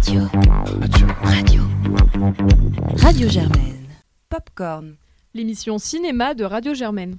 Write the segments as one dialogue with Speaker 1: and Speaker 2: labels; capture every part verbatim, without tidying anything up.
Speaker 1: Radio. Radio. Radio. Radio Germaine.
Speaker 2: Popcorn.
Speaker 3: L'émission cinéma de Radio Germaine.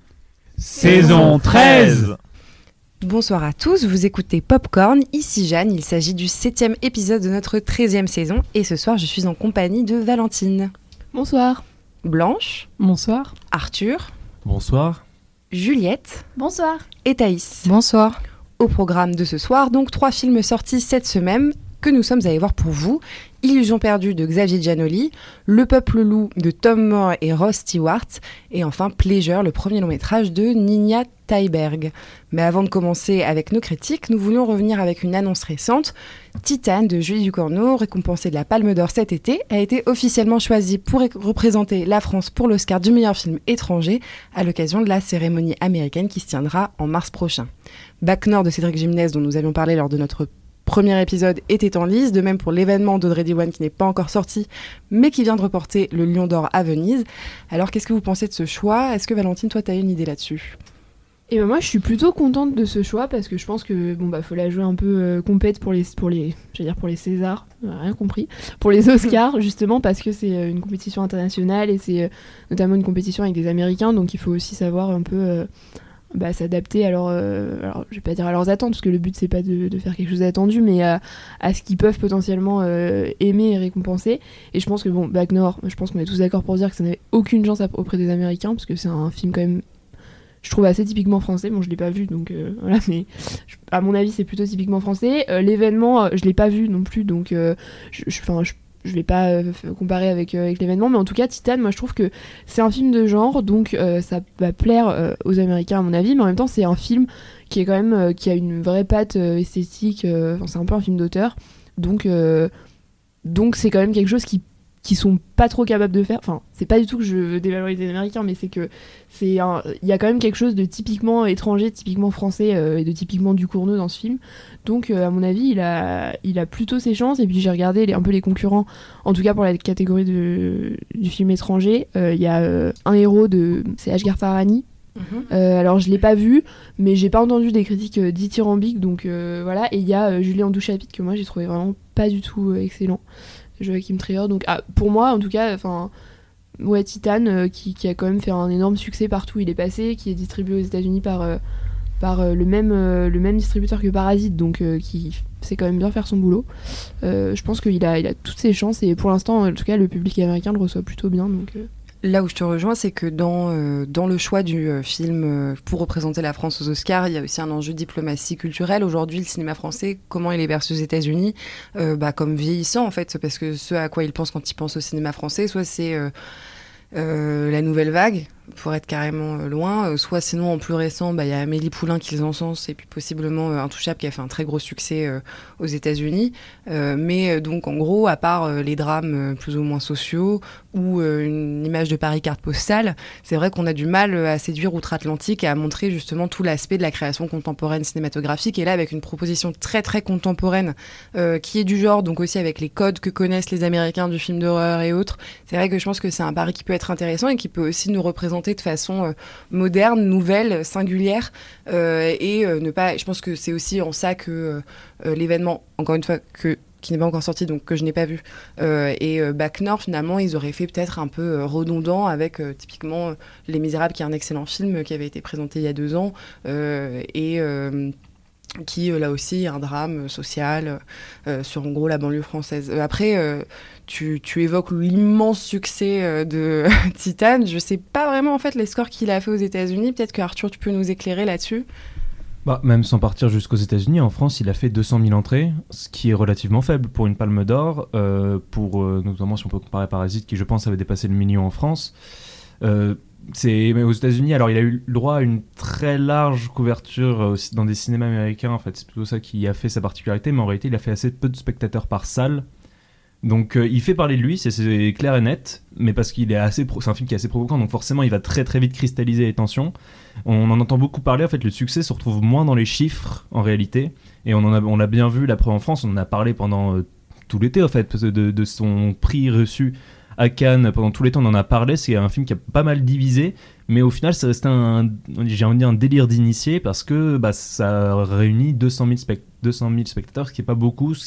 Speaker 4: Saison treize.
Speaker 2: Bonsoir à tous, vous écoutez Popcorn, ici Jeanne, il s'agit du septième épisode de notre treizième saison et ce soir je suis en compagnie de Valentine.
Speaker 3: Bonsoir.
Speaker 2: Blanche.
Speaker 3: Bonsoir.
Speaker 2: Arthur.
Speaker 4: Bonsoir.
Speaker 2: Juliette.
Speaker 5: Bonsoir.
Speaker 2: Et Thaïs.
Speaker 5: Bonsoir.
Speaker 2: Au programme de ce soir, donc trois films sortis cette semaine que nous sommes allés voir pour vous. Illusion perdue de Xavier Giannoli, Le peuple loup de Tom Moore et Ross Stewart, et enfin Pleasure, le premier long métrage de Nina Thyberg. Mais avant de commencer avec nos critiques, nous voulions revenir avec une annonce récente. Titane de Julie Ducournau, récompensée de la Palme d'Or cet été, a été officiellement choisie pour représenter la France pour l'Oscar du meilleur film étranger à l'occasion de la cérémonie américaine qui se tiendra en mars prochain. Bac Nord de Cédric Jimenez, dont nous avions parlé lors de notre premier épisode, était en lice, de même pour l'événement d'Audrey Diwan qui n'est pas encore sorti, mais qui vient de reporter le Lion d'Or à Venise. Alors qu'est-ce que vous pensez de ce choix ? Est-ce que Valentine, toi, tu as une idée là-dessus ?
Speaker 3: Et ben moi je suis plutôt contente de ce choix parce que je pense que bon bah faut la jouer un peu euh, compète pour les pour les je veux dire pour les Césars, rien compris, pour les Oscars justement parce que c'est euh, une compétition internationale et c'est euh, notamment une compétition avec des Américains, donc il faut aussi savoir un peu euh, bah, s'adapter à leur, euh, alors je vais pas dire à leurs attentes parce que le but c'est pas de, de faire quelque chose d'attendu, mais à, à ce qu'ils peuvent potentiellement euh, aimer et récompenser. Et je pense que bon Bac Nord, je pense qu'on est tous d'accord pour dire que ça n'avait aucune chance auprès des Américains parce que c'est un film quand même, je trouve, assez typiquement français. Bon, je l'ai pas vu, donc euh, voilà, mais je, à mon avis, c'est plutôt typiquement français. Euh, l'événement, euh, je l'ai pas vu non plus, donc euh, je, je, je, je vais pas euh, comparer avec, euh, avec l'événement, mais en tout cas, Titane, moi, je trouve que c'est un film de genre, donc euh, ça va plaire euh, aux Américains, à mon avis, mais en même temps, c'est un film qui est quand même, euh, qui a une vraie patte euh, esthétique, euh, c'est un peu un film d'auteur, donc, euh, donc c'est quand même quelque chose qui qui sont pas trop capables de faire, enfin c'est pas du tout que je veux dévaloriser les Américains, mais c'est que c'est un... il y a quand même quelque chose de typiquement étranger, typiquement français euh, et de typiquement Ducournau dans ce film, donc euh, à mon avis il a, il a plutôt ses chances. Et puis j'ai regardé les, un peu les concurrents, en tout cas pour la catégorie de, du film étranger, il euh, y a euh, un héros de, c'est Ashghar Farhani. Mm-hmm. Euh, alors je l'ai pas vu, mais j'ai pas entendu des critiques euh, dithyrambiques, donc euh, voilà. Et il y a euh, Julien Douchapit que moi j'ai trouvé vraiment pas du tout euh, excellent, Joachim Trier, donc ah, pour moi en tout cas, enfin ouais, Titane euh, qui, qui a quand même fait un énorme succès partout où il est passé, qui est distribué aux États-Unis par euh, par euh, le même euh, le même distributeur que Parasite, donc euh, qui sait quand même bien faire son boulot. Euh, je pense qu'il a il a toutes ses chances et pour l'instant en tout cas le public américain le reçoit plutôt bien, donc euh...
Speaker 2: Là où je te rejoins, c'est que dans, euh, dans le choix du euh, film euh, pour représenter la France aux Oscars, il y a aussi un enjeu de diplomatie culturelle. Aujourd'hui, le cinéma français, comment il est perçu aux États-Unis, euh, bah, comme vieillissant en fait, parce que ce à quoi ils pensent quand ils pensent au cinéma français, soit c'est euh, euh, la nouvelle vague, pour être carrément euh, loin, euh, soit sinon en plus récent, il bah, y a Amélie Poulain qu'ils encensent et puis possiblement euh, Intouchable qui a fait un très gros succès euh, aux États-Unis. Euh, mais euh, donc en gros, à part euh, les drames euh, plus ou moins sociaux ou euh, une image de Paris carte postale, c'est vrai qu'on a du mal euh, à séduire outre-Atlantique et à montrer justement tout l'aspect de la création contemporaine cinématographique. Et là, avec une proposition très très contemporaine euh, qui est du genre, donc aussi avec les codes que connaissent les Américains du film d'horreur et autres, c'est vrai que je pense que c'est un pari qui peut être intéressant et qui peut aussi nous représenter de façon euh, moderne, nouvelle, singulière, euh, et euh, ne pas. Je pense que c'est aussi en ça que euh, l'événement, encore une fois, que qui n'est pas encore sorti, donc que je n'ai pas vu, euh, et euh, Bac Nord, finalement, ils auraient fait peut-être un peu euh, redondant avec euh, typiquement euh, Les Misérables, qui est un excellent film euh, qui avait été présenté il y a deux ans, euh, et euh, qui, euh, là aussi, est un drame social euh, sur, en gros, la banlieue française. Euh, après, euh, tu, tu évoques l'immense succès euh, de Titane. Je sais pas vraiment, en fait, les scores qu'il a fait aux États-Unis. Peut-être que, Arthur, tu peux nous éclairer là-dessus.
Speaker 4: Bah, même sans partir jusqu'aux États-Unis, en France, il a fait deux cent mille entrées, ce qui est relativement faible pour une Palme d'Or, euh, pour, euh, notamment si on peut comparer Parasite, qui, je pense, avait dépassé le million en France. Euh, c'est, mais aux États-Unis, alors il a eu le droit à une très large couverture euh, dans des cinémas américains, en fait, c'est plutôt ça qui a fait sa particularité, mais en réalité, il a fait assez peu de spectateurs par salle. Donc euh, il fait parler de lui, c'est, c'est clair et net, mais parce qu'il est assez pro- c'est un film qui est assez provoquant, donc forcément il va très très vite cristalliser les tensions. On en entend beaucoup parler, en fait le succès se retrouve moins dans les chiffres en réalité, et on, en a, on l'a bien vu, la preuve en France, on en a parlé pendant euh, tout l'été en fait, de, de son prix reçu à Cannes, pendant tout l'été on en a parlé, c'est un film qui a pas mal divisé, mais au final c'est resté un, j'ai envie de dire un délire d'initié, parce que bah, ça réunit deux cent mille spectateurs, deux cent mille spectateurs, ce qui est pas beaucoup, ce qui est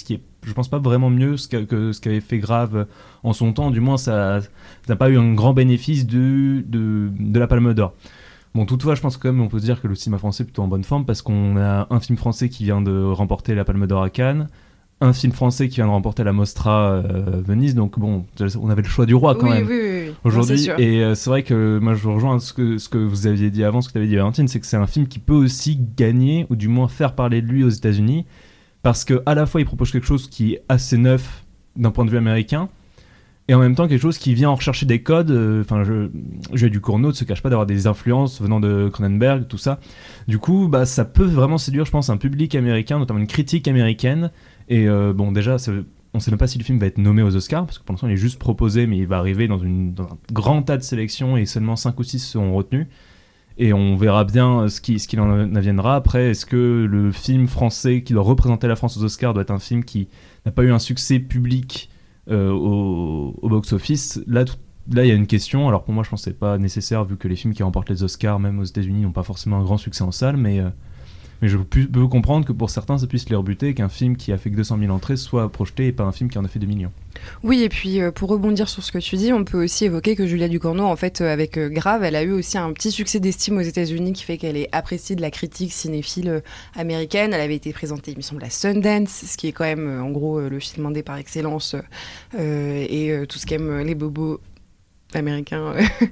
Speaker 4: je pense pas vraiment mieux ce que, que ce qu'avait fait Grave en son temps. Du moins, ça n'a pas eu un grand bénéfice de, de, de la Palme d'Or. Bon, toutefois, je pense quand même on peut se dire que le cinéma français est plutôt en bonne forme parce qu'on a un film français qui vient de remporter la Palme d'Or à Cannes, un film français qui vient de remporter la Mostra euh, Venise, donc bon, on avait le choix du roi quand
Speaker 2: oui,
Speaker 4: même
Speaker 2: oui, oui, oui.
Speaker 4: aujourd'hui.
Speaker 2: Non,
Speaker 4: et euh, c'est vrai que moi je rejoins ce que, ce que vous aviez dit avant, ce que tu avais dit Valentine, c'est que c'est un film qui peut aussi gagner ou du moins faire parler de lui aux États-Unis parce qu'à la fois il propose quelque chose qui est assez neuf d'un point de vue américain et en même temps quelque chose qui vient en rechercher des codes. Enfin, euh, Juillet Ducournau ne se cache pas d'avoir des influences venant de Cronenberg, tout ça. Du coup, bah, ça peut vraiment séduire, je pense, un public américain, notamment une critique américaine. Et euh, bon, déjà, ça, on ne sait même pas si le film va être nommé aux Oscars, parce que pour l'instant, il est juste proposé, mais il va arriver dans, une, dans un grand tas de sélections et seulement cinq ou six seront retenus. Et on verra bien ce, qui, ce qu'il en adviendra. Après, est-ce que le film français qui doit représenter la France aux Oscars doit être un film qui n'a pas eu un succès public euh, au, au box-office ? Là, tout, là, il y a une question. Alors pour moi, je pense que c'est pas nécessaire, vu que les films qui remportent les Oscars, même aux États-Unis, n'ont pas forcément un grand succès en salle, mais... Euh, Mais je peux comprendre que pour certains, ça puisse les rebuter, qu'un film qui a fait que deux cent mille entrées soit projeté et pas un film qui en a fait deux millions.
Speaker 2: Oui, et puis euh, pour rebondir sur ce que tu dis, on peut aussi évoquer que Julia Ducournau, en fait, euh, avec euh, Grave, elle a eu aussi un petit succès d'estime aux États-Unis qui fait qu'elle est appréciée de la critique cinéphile euh, américaine. Elle avait été présentée, il me semble, à Sundance, ce qui est quand même, euh, en gros, euh, le film indé par excellence, euh, et euh, tout ce qu'aiment euh, les bobos américain.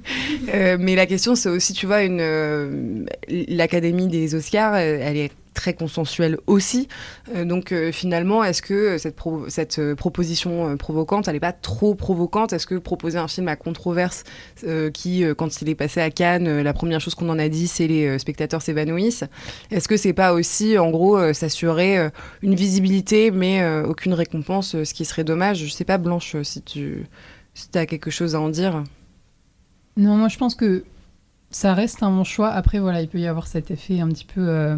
Speaker 2: euh, mais la question, c'est aussi, tu vois, une, euh, l'Académie des Oscars, elle est très consensuelle aussi. Euh, donc euh, finalement, est-ce que cette, pro- cette euh, proposition euh, provocante, elle n'est pas trop provocante ? Est-ce que proposer un film à controverse euh, qui, euh, quand il est passé à Cannes, euh, la première chose qu'on en a dit, c'est les euh, spectateurs s'évanouissent. Est-ce que c'est pas aussi, en gros, euh, s'assurer euh, une visibilité, mais euh, aucune récompense, euh, ce qui serait dommage ? Je sais pas, Blanche, si tu... Si tu as quelque chose à en dire.
Speaker 5: Non, moi je pense que ça reste un bon choix. Après, voilà, il peut y avoir cet effet un petit peu euh,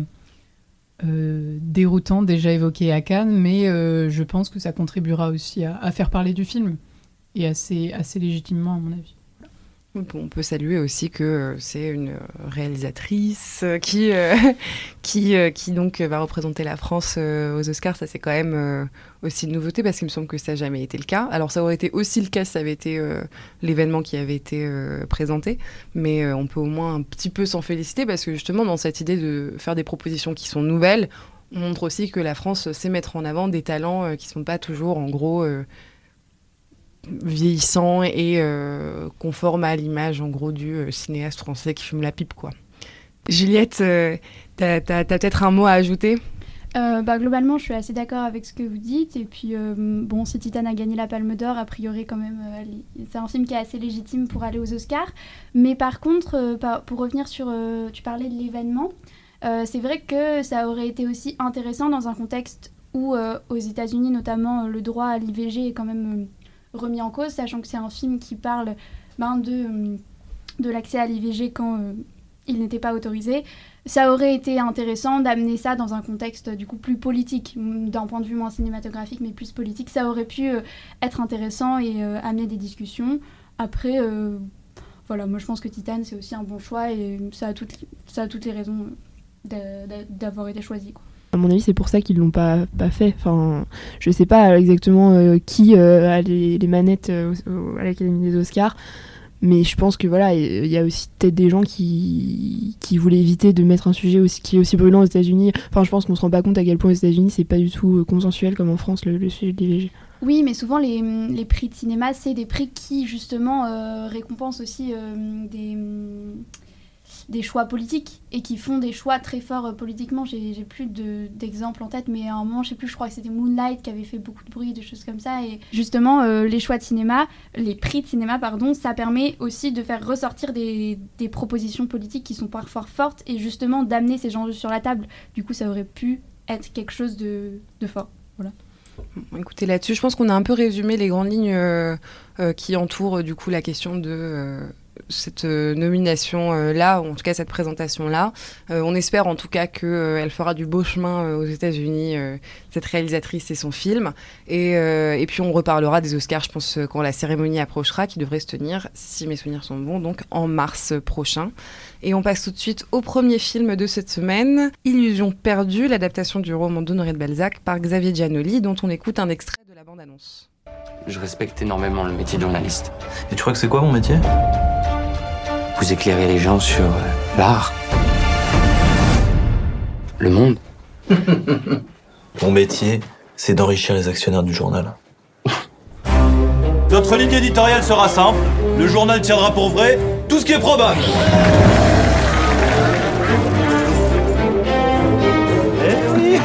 Speaker 5: euh, déroutant, déjà évoqué à Cannes, mais euh, je pense que ça contribuera aussi à, à faire parler du film, et assez, assez légitimement, à mon avis.
Speaker 2: On peut saluer aussi que c'est une réalisatrice qui, euh, qui, euh, qui donc va représenter la France euh, aux Oscars. Ça, c'est quand même euh, aussi une nouveauté parce qu'il me semble que ça n'a jamais été le cas. Alors, ça aurait été aussi le cas si ça avait été euh, l'événement qui avait été euh, présenté. Mais euh, on peut au moins un petit peu s'en féliciter parce que justement, dans cette idée de faire des propositions qui sont nouvelles, on montre aussi que la France sait mettre en avant des talents euh, qui ne sont pas toujours, en gros... Euh, vieillissant et euh, conforme à l'image en gros du euh, cinéaste français qui fume la pipe, quoi. Juliette, euh, t'as, t'as, t'as peut-être un mot à ajouter ?
Speaker 6: Euh, bah, globalement, je suis assez d'accord avec ce que vous dites. Et puis, euh, bon, si Titane a gagné la Palme d'Or, a priori, quand même, euh, c'est un film qui est assez légitime pour aller aux Oscars. Mais par contre, euh, par, pour revenir sur... Euh, tu parlais de l'événement. Euh, c'est vrai que ça aurait été aussi intéressant dans un contexte où, euh, aux États-Unis, notamment, euh, le droit à l'I V G est quand même... Euh, remis en cause, sachant que c'est un film qui parle ben, de, de l'accès à l'I V G quand euh, il n'était pas autorisé. Ça aurait été intéressant d'amener ça dans un contexte du coup plus politique, d'un point de vue moins cinématographique, mais plus politique. Ça aurait pu euh, être intéressant et euh, amener des discussions. Après, euh, voilà, moi je pense que Titane, c'est aussi un bon choix et ça a toutes, ça a toutes les raisons d'a, d'a, d'avoir été choisi, quoi.
Speaker 3: À mon avis, c'est pour ça qu'ils l'ont pas, pas fait. Enfin, je sais pas exactement euh, qui euh, a les, les manettes euh, au, à l'Académie des Oscars, mais je pense que voilà, il y a aussi peut-être des gens qui, qui voulaient éviter de mettre un sujet aussi, qui est aussi brûlant aux États-Unis. Enfin, je pense qu'on se rend pas compte à quel point aux États-Unis c'est pas du tout euh, consensuel comme en France le, le sujet de l'I V G.
Speaker 6: Oui, mais souvent les, les prix de cinéma, c'est des prix qui justement euh, récompensent aussi euh, des... des choix politiques et qui font des choix très forts euh, politiquement. J'ai, j'ai plus de, d'exemples en tête, mais à un moment, je sais plus, je crois que c'était Moonlight qui avait fait beaucoup de bruit, des choses comme ça. Et justement, euh, les choix de cinéma, les prix de cinéma, pardon, ça permet aussi de faire ressortir des, des propositions politiques qui sont parfois fortes et justement d'amener ces enjeux sur la table. Du coup, ça aurait pu être quelque chose de, de fort. Voilà.
Speaker 2: Écoutez, là-dessus, je pense qu'on a un peu résumé les grandes lignes euh, euh, qui entourent du coup la question de... Euh cette euh, nomination-là, ou en tout cas cette présentation-là. Euh, on espère en tout cas qu'elle euh, fera du beau chemin euh, aux États-Unis, euh, cette réalisatrice et son film. Et, euh, et puis on reparlera des Oscars, je pense, quand la cérémonie approchera, qui devrait se tenir, si mes souvenirs sont bons, donc en mars prochain. Et on passe tout de suite au premier film de cette semaine, Illusion perdue, l'adaptation du roman d'Honoré de Balzac par Xavier Giannoli, dont on écoute un extrait de la bande-annonce.
Speaker 7: Je respecte énormément le métier de journaliste.
Speaker 8: Et tu crois que c'est quoi mon métier ?
Speaker 7: Vous éclairez les gens sur euh, l'art, le monde.
Speaker 8: Mon métier, c'est d'enrichir les actionnaires du journal.
Speaker 9: Notre ligne éditoriale sera simple. Le journal tiendra pour vrai tout ce qui est probable.
Speaker 8: Eh oui.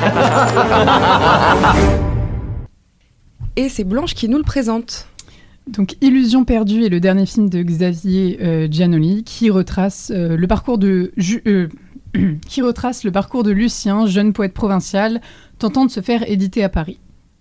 Speaker 2: Et c'est Blanche qui nous le présente.
Speaker 5: Donc, Illusion perdue est le dernier film de Xavier euh, Giannoli qui retrace euh, le parcours de Ju- euh, qui retrace le parcours de Lucien, jeune poète provincial tentant de se faire éditer à Paris.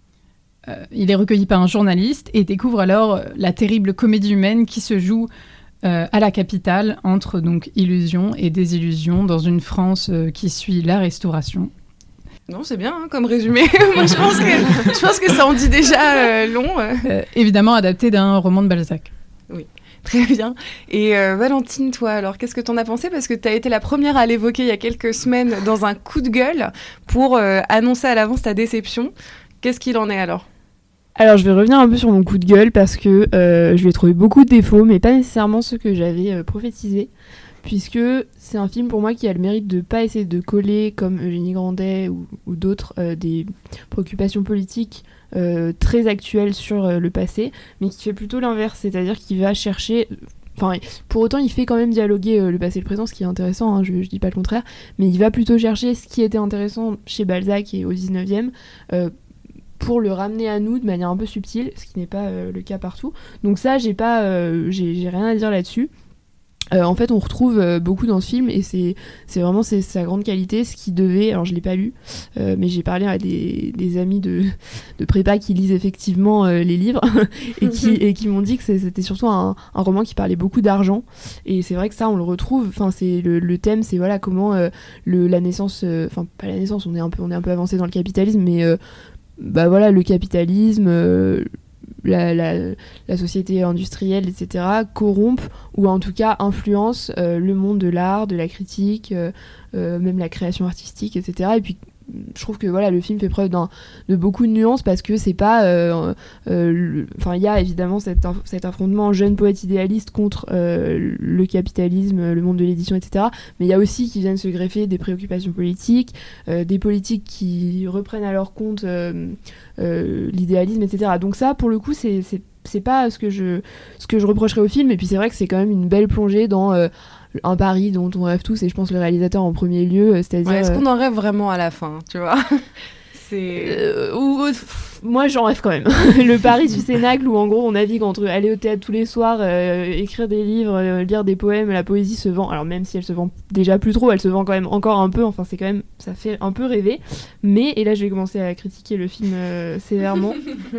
Speaker 5: Euh, il est recueilli par un journaliste et découvre alors euh, la terrible comédie humaine qui se joue euh, à la capitale entre donc illusion et désillusion dans une France euh, qui suit la Restauration.
Speaker 2: Non, c'est bien hein, comme résumé. Moi, je pense que, je pense que ça en dit déjà euh, long. Euh.
Speaker 5: Euh, évidemment adapté d'un roman de Balzac.
Speaker 2: Oui, très bien. Et euh, Valentine, toi, alors, qu'est-ce que t'en as pensé ? Parce que tu as été la première à l'évoquer il y a quelques semaines dans un coup de gueule pour euh, annoncer à l'avance ta déception. Qu'est-ce qu'il en est alors ?
Speaker 3: Alors, je vais revenir un peu sur mon coup de gueule parce que euh, je lui ai trouvé beaucoup de défauts, mais pas nécessairement ceux que j'avais euh, prophétisés. Puisque c'est un film pour moi qui a le mérite de ne pas essayer de coller, comme Eugénie Grandet ou, ou d'autres, euh, des préoccupations politiques euh, très actuelles sur euh, le passé, mais qui fait plutôt l'inverse, c'est-à-dire qu'il va chercher... Enfin, pour autant, il fait quand même dialoguer euh, le passé et le présent, ce qui est intéressant, hein, je ne dis pas le contraire, mais il va plutôt chercher ce qui était intéressant chez Balzac et au dix-neuvième, euh, pour le ramener à nous de manière un peu subtile, ce qui n'est pas euh, le cas partout. Donc ça, j'ai pas, euh, j'ai, j'ai rien à dire là-dessus. Euh, en fait, on retrouve euh, beaucoup dans ce film et c'est, c'est vraiment c'est, sa grande qualité, ce qui devait... Alors, je ne l'ai pas lu, euh, mais j'ai parlé à des, des amis de, de prépa qui lisent effectivement euh, les livres et, qui, et qui m'ont dit que c'est, c'était surtout un, un roman qui parlait beaucoup d'argent. Et c'est vrai que ça, on le retrouve. Enfin, c'est le, le thème, c'est voilà, comment euh, le, la naissance... Enfin, euh, pas la naissance, on est un peu, on est un peu avancé dans le capitalisme, mais euh, bah, voilà, le capitalisme... Euh, La, la, la société industrielle, et cetera, corrompt ou en tout cas influence euh, le monde de l'art, de la critique, euh, euh, même la création artistique, et cetera. Et puis je trouve que voilà, le film fait preuve d'un, de beaucoup de nuances parce que c'est pas... Enfin, euh, euh, il y a évidemment cet, cet affrontement jeune poète idéaliste contre euh, le capitalisme, le monde de l'édition, et cetera. Mais il y a aussi qui viennent se greffer des préoccupations politiques, euh, des politiques qui reprennent à leur compte euh, euh, l'idéalisme, et cetera. Donc ça, pour le coup, c'est, c'est, c'est pas ce que, je, ce que je reprocherais au film. Et puis c'est vrai que c'est quand même une belle plongée dans... Euh, un Paris dont on rêve tous et je pense le réalisateur en premier lieu, c'est-à-dire...
Speaker 2: Ouais, est-ce qu'on en rêve vraiment à la fin, tu vois ? C'est...
Speaker 3: Euh, ou, pff, moi j'en rêve quand même. Le Paris du Cénacle où en gros on navigue entre aller au théâtre tous les soirs, euh, écrire des livres, euh, lire des poèmes, la poésie se vend, alors même si elle se vend déjà plus trop, elle se vend quand même encore un peu, enfin c'est quand même, ça fait un peu rêver, mais, et là je vais commencer à critiquer le film euh, sévèrement.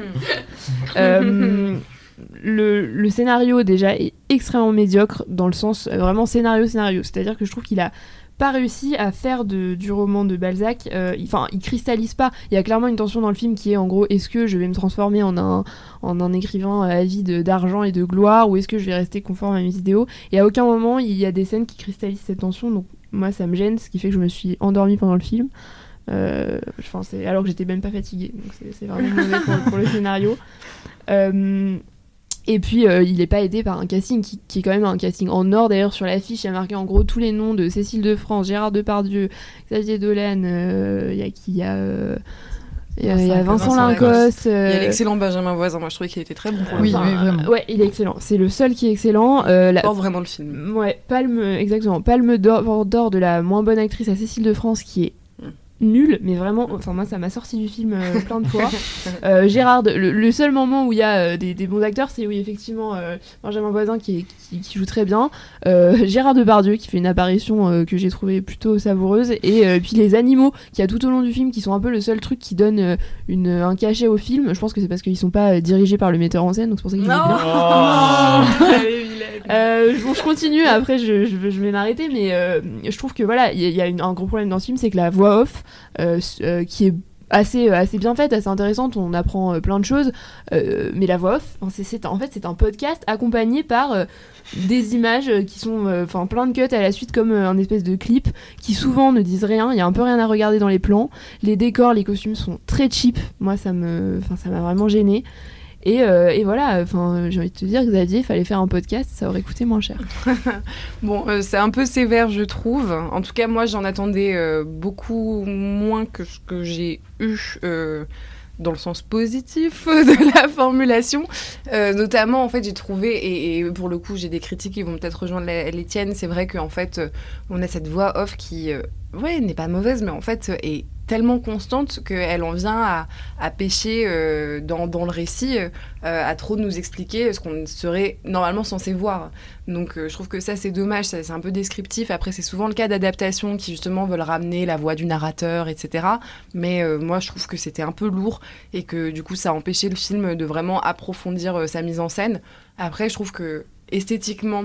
Speaker 3: euh, Le, le scénario déjà est extrêmement médiocre dans le sens euh, vraiment scénario scénario, c'est-à-dire que je trouve qu'il a pas réussi à faire de, du roman de Balzac, euh, enfin il, il cristallise pas, il y a clairement une tension dans le film qui est en gros est-ce que je vais me transformer en un, en un écrivain avide d'argent et de gloire ou est-ce que je vais rester conforme à mes idéaux, et à aucun moment il y a des scènes qui cristallisent cette tension, donc moi ça me gêne, ce qui fait que je me suis endormie pendant le film. Euh, c'est, alors que j'étais même pas fatiguée, donc c'est, c'est vraiment mauvais pour, pour le scénario. Euh, Et puis, euh, il n'est pas aidé par un casting qui, qui est quand même un casting en or. D'ailleurs, sur l'affiche, il y a marqué en gros tous les noms de Cécile de France, Gérard Depardieu, Xavier Dolan, il euh, y a qui y a... Euh, Il y a, Vincent, y a Vincent Lincoste. Euh...
Speaker 2: Il y a l'excellent Benjamin Voisin. Moi, je trouvais qu'il était très bon pour le
Speaker 5: oui,
Speaker 2: film.
Speaker 5: Oui, vraiment.
Speaker 3: Ouais, il est excellent. C'est le seul qui est excellent. Euh,
Speaker 2: il
Speaker 3: la...
Speaker 2: porte vraiment le film.
Speaker 3: Ouais, palme, exactement. Palme d'or, d'or de la moins bonne actrice à Cécile de France, qui est nul, mais vraiment, enfin moi ça m'a sorti du film euh, plein de fois. euh, Gérard, le, le seul moment où il y a euh, des, des bons acteurs, c'est oui effectivement euh, Benjamin Voisin qui, est, qui, qui joue très bien, euh, Gérard Depardieu qui fait une apparition euh, que j'ai trouvée plutôt savoureuse, et euh, puis les animaux qu'il y a tout au long du film qui sont un peu le seul truc qui donne euh, une, un cachet au film. Je pense que c'est parce qu'ils sont pas euh, dirigés par le metteur en scène, donc c'est pour ça que je
Speaker 2: non,
Speaker 3: dis bien.
Speaker 2: Oh elle est vilaine.
Speaker 3: Euh, bon, je continue, après je, je, je vais m'arrêter, mais euh, je trouve que voilà, il y, y a une, un gros problème dans ce film, c'est que la voix off, euh, euh, qui est assez, assez bien faite, assez intéressante, on apprend euh, plein de choses, euh, mais la voix off, c'est, c'est, en fait c'est un podcast accompagné par euh, des images qui sont enfin euh, plein de cuts à la suite comme euh, un espèce de clip qui souvent ne disent rien, il y a un peu rien à regarder dans les plans, les décors, les costumes sont très cheap, moi ça me, ça m'a vraiment gênée. Et, euh, et voilà, enfin, j'ai envie de te dire, Xavier, il fallait faire un podcast, ça aurait coûté moins cher.
Speaker 2: Bon, euh, c'est un peu sévère, je trouve. En tout cas, moi, j'en attendais euh, beaucoup moins que ce que j'ai eu euh, dans le sens positif de la formulation. Euh, notamment, en fait, j'ai trouvé, et, et pour le coup, j'ai des critiques qui vont peut-être rejoindre la, les tiennes. C'est vrai qu'en fait, euh, on a cette voix off qui, euh, ouais, n'est pas mauvaise, mais en fait, est tellement constante qu'elle en vient à, à pêcher euh, dans, dans le récit, euh, à trop nous expliquer ce qu'on serait normalement censé voir. Donc euh, je trouve que ça c'est dommage, ça, c'est un peu descriptif. Après c'est souvent le cas d'adaptations qui justement veulent ramener la voix du narrateur, et cetera. Mais euh, moi je trouve que c'était un peu lourd et que du coup ça a empêché le film de vraiment approfondir euh, sa mise en scène. Après je trouve que esthétiquement,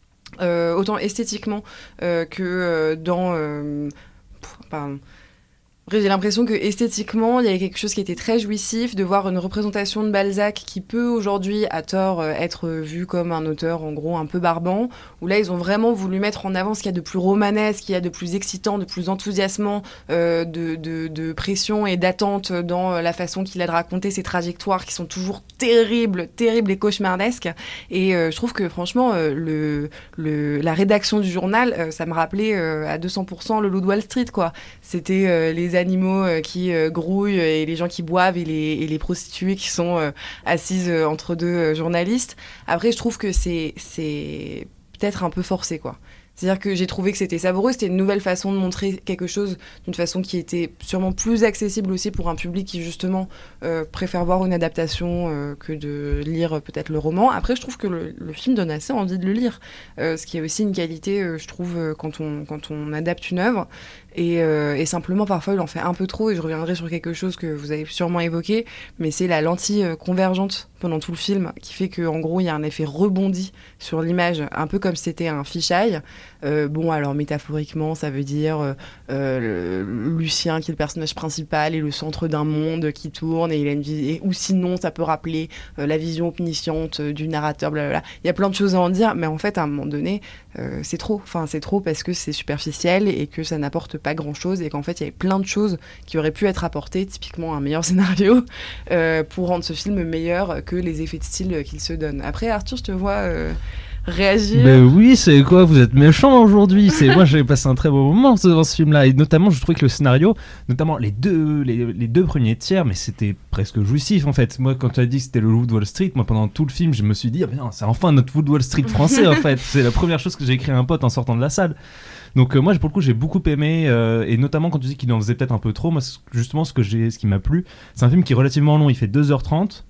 Speaker 2: euh, autant esthétiquement euh, que euh, dans... Euh, pff, pardon, Après, j'ai l'impression que esthétiquement, il y avait quelque chose qui était très jouissif, de voir une représentation de Balzac qui peut aujourd'hui, à tort, être vu comme un auteur en gros un peu barbant, où là ils ont vraiment voulu mettre en avant ce qu'il y a de plus romanesque, ce qu'il y a de plus excitant, de plus enthousiasmant, euh, de, de, de pression et d'attente dans la façon qu'il a de raconter ses trajectoires qui sont toujours terribles, terribles et cauchemardesques. Et euh, je trouve que franchement, euh, le, le, la rédaction du journal, euh, ça me rappelait euh, à deux cents pour cent le Loup de Wall Street, quoi. C'était euh, les animaux euh, qui euh, grouillent et les gens qui boivent et les, et les prostituées qui sont euh, assises euh, entre deux euh, journalistes. Après, je trouve que c'est, c'est peut-être un peu forcé, quoi. C'est-à-dire que j'ai trouvé que c'était savoureux, c'était une nouvelle façon de montrer quelque chose d'une façon qui était sûrement plus accessible aussi pour un public qui justement euh, préfère voir une adaptation euh, que de lire euh, peut-être le roman. Après, je trouve que le, le film donne assez envie de le lire, euh, ce qui est aussi une qualité, euh, je trouve, euh, quand on, quand on adapte une œuvre. Et, euh, et simplement, parfois, il en fait un peu trop, et je reviendrai sur quelque chose que vous avez sûrement évoqué, mais c'est la lentille euh, convergente pendant tout le film, qui fait qu'en gros, il y a un effet rebondi sur l'image, un peu comme si c'était un fisheye. Euh, bon, alors métaphoriquement, ça veut dire euh, euh, le, Lucien, qui est le personnage principal, est le centre d'un monde qui tourne, et il a une vie, ou sinon, ça peut rappeler euh, la vision omnisciente euh, du narrateur, blablabla. Il y a plein de choses à en dire, mais en fait, à un moment donné, euh, c'est trop. Enfin, c'est trop parce que c'est superficiel et que ça n'apporte pas grand-chose, et qu'en fait, il y avait plein de choses qui auraient pu être apportées, typiquement un meilleur scénario, euh, pour rendre ce film meilleur que les effets de style qu'il se donne. Après, Arthur, je te vois... Euh, réagir.
Speaker 4: Mais oui, c'est quoi, vous êtes méchant aujourd'hui. C'est moi, j'ai passé un très beau moment dans ce film-là, et notamment, je trouvais que le scénario, notamment les deux, les, les deux premiers tiers, mais c'était presque jouissif en fait. Moi, quand tu as dit que c'était le Loup de Wall Street, moi pendant tout le film, je me suis dit, ah, mais non, c'est enfin notre Loup de Wall Street français en fait. C'est la première chose que j'ai écrit à un pote en sortant de la salle. Donc euh, moi, pour le coup, j'ai beaucoup aimé, euh, et notamment quand tu dis qu'il en faisait peut-être un peu trop, moi, justement, ce que j'ai, ce qui m'a plu, c'est un film qui est relativement long, il fait deux heures trente.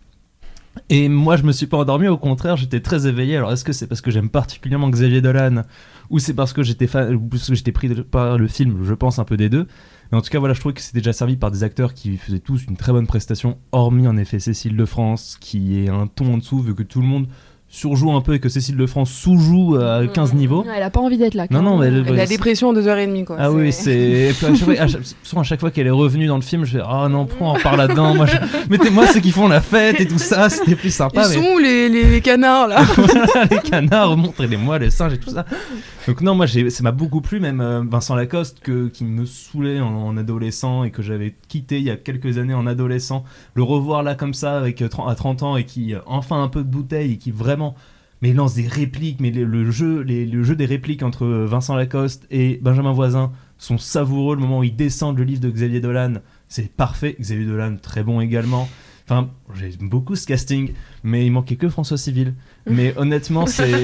Speaker 4: Et moi je me suis pas endormi, au contraire j'étais très éveillé. Alors est-ce que c'est parce que j'aime particulièrement Xavier Dolan, ou c'est parce que j'étais, fan, ou parce que j'étais pris par le film, je pense un peu des deux. Mais en tout cas voilà, je trouvais que c'était déjà servi par des acteurs qui faisaient tous une très bonne prestation, hormis en effet Cécile de France, qui est un ton en dessous vu que tout le monde surjoue un peu et que Cécile de France sous-joue à quinze mmh. niveaux.
Speaker 3: Elle a pas envie d'être là.
Speaker 4: Non, non, mais elle,
Speaker 2: elle a la dépression en deux heures trente, quoi.
Speaker 4: Ah c'est... oui, c'est. À chaque fois, à chaque... à chaque fois qu'elle est revenue dans le film, je fais ah oh non, pourquoi on repart là-dedans. Moi, je... Mettez-moi ceux qui font la fête et tout ça, c'était plus sympa.
Speaker 2: Ils
Speaker 4: mais...
Speaker 2: sont où les, les, les canards là?
Speaker 4: Voilà, les canards, montrez-les-moi, les singes et tout ça. Donc non, moi j'ai... ça m'a beaucoup plu, même euh, Vincent Lacoste, que... qui me saoulait en... en adolescent et que j'avais quitté il y a quelques années en adolescent. Le revoir là comme ça avec, à trente ans et qui enfin un peu de bouteille et qui vraiment... mais il lance des répliques, mais le, le, jeu, les, le jeu des répliques entre Vincent Lacoste et Benjamin Voisin sont savoureux. Le moment où ils descendent le livre de Xavier Dolan, c'est parfait. Xavier Dolan, très bon également. Enfin, j'aime beaucoup ce casting, mais il manquait que François Civil. Mais honnêtement, c'est...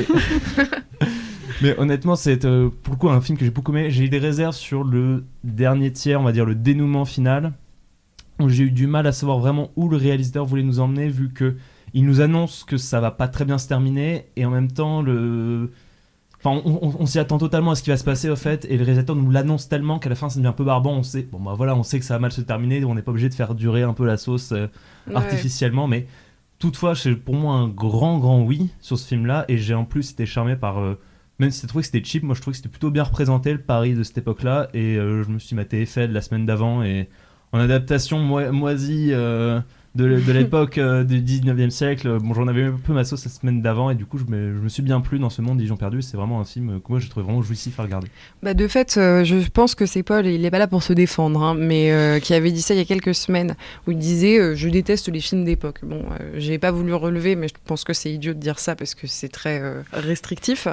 Speaker 4: mais honnêtement, c'est euh, pour le coup un film que j'ai beaucoup aimé. J'ai eu des réserves sur le dernier tiers, on va dire le dénouement final, où j'ai eu du mal à savoir vraiment où le réalisateur voulait nous emmener, vu que il nous annonce que ça va pas très bien se terminer, et en même temps le... enfin, on, on, on s'y attend totalement à ce qui va se passer au fait, et le réalisateur nous l'annonce tellement qu'à la fin ça devient un peu barbant. On sait, bon bah voilà, on sait que ça va mal se terminer, on n'est pas obligé de faire durer un peu la sauce euh,
Speaker 2: ouais.
Speaker 4: artificiellement, mais toutefois, c'est pour moi un grand, grand oui sur ce film-là. Et j'ai en plus été charmé par... Euh, même si j'ai trouvé que c'était cheap, moi je trouvais que c'était plutôt bien représenté, le Paris de cette époque-là. Et euh, je me suis maté Eiffel la semaine d'avant. Et en adaptation mo- moisie... Euh, de, de l'époque euh, du dix-neuvième siècle. Bon, j'en avais un peu ma sauce la semaine d'avant et du coup je me, je me suis bien plu dans ce monde d'Illusions perdues. C'est vraiment un film que moi j'ai trouvé vraiment jouissif à regarder.
Speaker 2: Bah de fait, euh, je pense que c'est Paul, il est pas là pour se défendre, hein, mais euh, qui avait dit ça il y a quelques semaines, où il disait euh, je déteste les films d'époque. Bon, euh, j'ai pas voulu relever, mais je pense que c'est idiot de dire ça parce que c'est très euh, restrictif.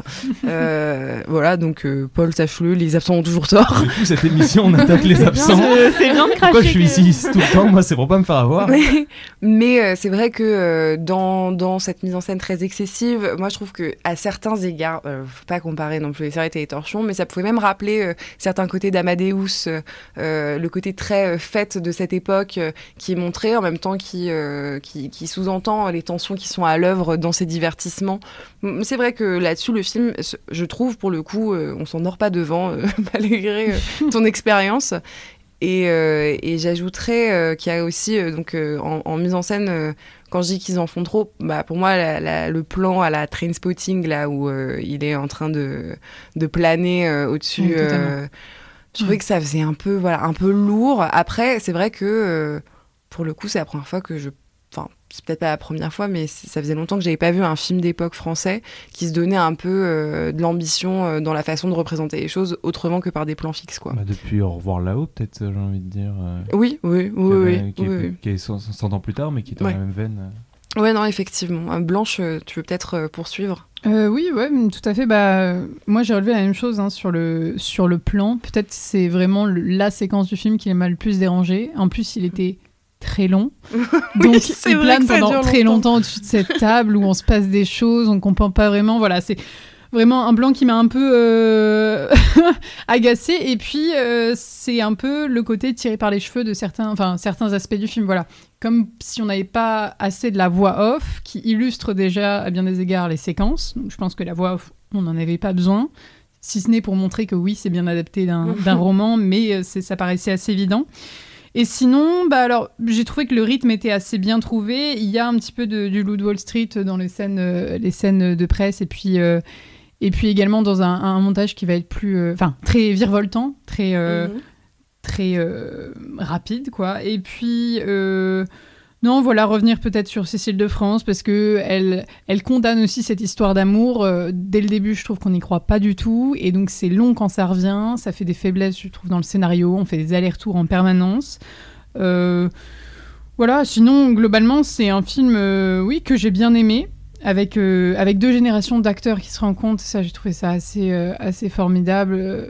Speaker 2: euh, voilà, donc euh, Paul, sache-le, les absents ont toujours tort.
Speaker 4: Du coup, cette émission, on attaque les
Speaker 3: C'est
Speaker 4: absents.
Speaker 3: bien de- c'est bien de cracher
Speaker 4: Pourquoi je suis
Speaker 3: que-
Speaker 4: ici tout le temps? Moi, c'est pour pas me faire avoir.
Speaker 2: Mais euh, c'est vrai que euh, dans, dans cette mise en scène très excessive, moi je trouve qu'à certains égards, euh, faut pas comparer non plus les Serrettes et les Torchons, mais ça pouvait même rappeler euh, certains côtés d'Amadeus, euh, euh, le côté très euh, fête de cette époque euh, qui est montré, en même temps qui, euh, qui, qui sous-entend les tensions qui sont à l'œuvre dans ces divertissements. C'est vrai que là-dessus, le film, je trouve pour le coup, euh, on s'endort pas devant, euh, malgré euh, ton expérience. Et, euh, et j'ajouterais euh, qu'il y a aussi, euh, donc, euh, en, en mise en scène, euh, quand je dis qu'ils en font trop, bah, pour moi, la, la, le plan à la Trainspotting, là où euh, il est en train de, de planer euh, au-dessus,
Speaker 5: Oui, totalement.
Speaker 2: euh, je trouvais que ça faisait un peu, voilà, un peu lourd. Après, c'est vrai que, euh, pour le coup, c'est la première fois que je... Enfin, c'est peut-être pas la première fois, mais ça faisait longtemps que j'avais pas vu un film d'époque français qui se donnait un peu euh, de l'ambition euh, dans la façon de représenter les choses autrement que par des plans fixes, quoi.
Speaker 4: Bah, depuis Au revoir là-haut, peut-être, j'ai envie de dire. Euh,
Speaker 2: Oui, oui, oui,
Speaker 4: qui avait-
Speaker 2: oui,
Speaker 4: Qui,
Speaker 2: oui,
Speaker 4: est,
Speaker 2: oui.
Speaker 4: qui est cent, cent ans plus tard, mais qui est dans
Speaker 2: Ouais.
Speaker 4: la même veine. euh.
Speaker 2: Ouais, non, effectivement. Euh, Blanche, euh, tu veux peut-être euh, poursuivre?
Speaker 5: Euh, oui, ouais, tout à fait. Bah, euh, moi, j'ai relevé la même chose hein, sur, le, sur le plan. Peut-être c'est vraiment le- la séquence du film qui m'a le plus dérangé. En plus, il était très long. Donc,
Speaker 2: c'est
Speaker 5: il
Speaker 2: vrai
Speaker 5: plane
Speaker 2: que ça
Speaker 5: pendant
Speaker 2: dure
Speaker 5: très
Speaker 2: longtemps.
Speaker 5: longtemps au-dessus de cette table où on se passe des choses, on comprend pas vraiment. Voilà, c'est vraiment un plan qui m'a un peu euh, agacée. Et puis, euh, c'est un peu le côté tiré par les cheveux de certains, enfin, certains aspects du film. Voilà. Comme si on n'avait pas assez de la voix off qui illustre déjà à bien des égards les séquences. Donc, je pense que la voix off, on n'en avait pas besoin. Si ce n'est pour montrer que oui, c'est bien adapté d'un, d'un roman, mais euh, c'est, ça paraissait assez évident. Et sinon, bah alors, j'ai trouvé que le rythme était assez bien trouvé. Il y a un petit peu de, du Loup de Wall Street dans les scènes, euh, les scènes de presse, et puis, euh, et puis également dans un, un montage qui va être plus, enfin, euh, très virevoltant, très, euh,
Speaker 2: Mhm.
Speaker 5: très euh, rapide, quoi. Et puis, euh, non, voilà, revenir peut-être sur Cécile de France, parce que elle, elle condamne aussi cette histoire d'amour. Euh, dès le début, je trouve qu'on n'y croit pas du tout, et donc c'est long quand ça revient, ça fait des faiblesses, je trouve, dans le scénario, on fait des allers-retours en permanence. Euh, voilà, sinon, globalement, c'est un film, euh, oui, que j'ai bien aimé, avec, euh, avec deux générations d'acteurs qui se rencontrent, ça, j'ai trouvé ça assez, euh, assez formidable. Euh,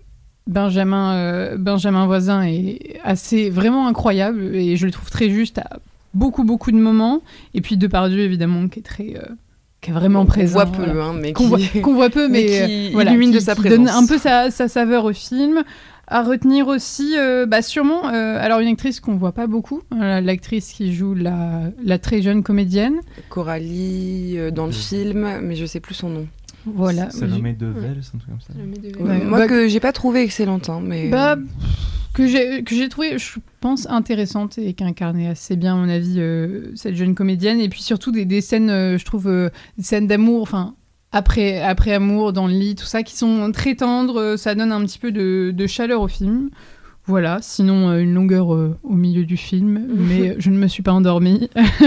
Speaker 5: Benjamin, euh, Benjamin Voisin est assez, vraiment incroyable, et je le trouve très juste à beaucoup, beaucoup de moments. Et puis Depardieu, évidemment, qui est très... Euh, qui est vraiment
Speaker 2: On
Speaker 5: présent.
Speaker 2: voit peu,
Speaker 5: voilà.
Speaker 2: hein, mais
Speaker 5: Qu'on
Speaker 2: qui...
Speaker 5: voit, qu'on voit peu, mais,
Speaker 2: mais qui
Speaker 5: euh, voilà,
Speaker 2: illumine
Speaker 5: qui,
Speaker 2: de sa
Speaker 5: qui
Speaker 2: présence.
Speaker 5: donne un peu sa, sa saveur au film. À retenir aussi, euh, bah sûrement, euh, alors une actrice qu'on voit pas beaucoup, euh, l'actrice qui joue la, la très jeune comédienne.
Speaker 2: Coralie euh, dans le film, mais je sais plus son nom.
Speaker 5: Voilà.
Speaker 4: Salomé Devel, c'est un truc comme ça.
Speaker 2: Ouais,
Speaker 5: Ouais.
Speaker 2: moi
Speaker 5: Bah,
Speaker 2: que j'ai pas trouvé excellente, hein, mais
Speaker 5: Bah, que j'ai que j'ai trouvé, je pense, intéressante et qui incarnait assez bien, à mon avis, euh, cette jeune comédienne. Et puis surtout des, des scènes, euh, je trouve, euh, des scènes d'amour, enfin, après, après amour, dans le lit, tout ça, qui sont très tendres. euh, Ça donne un petit peu de, de chaleur au film. Voilà, sinon euh, une longueur euh, au milieu du film, mais euh, je ne me suis pas endormie.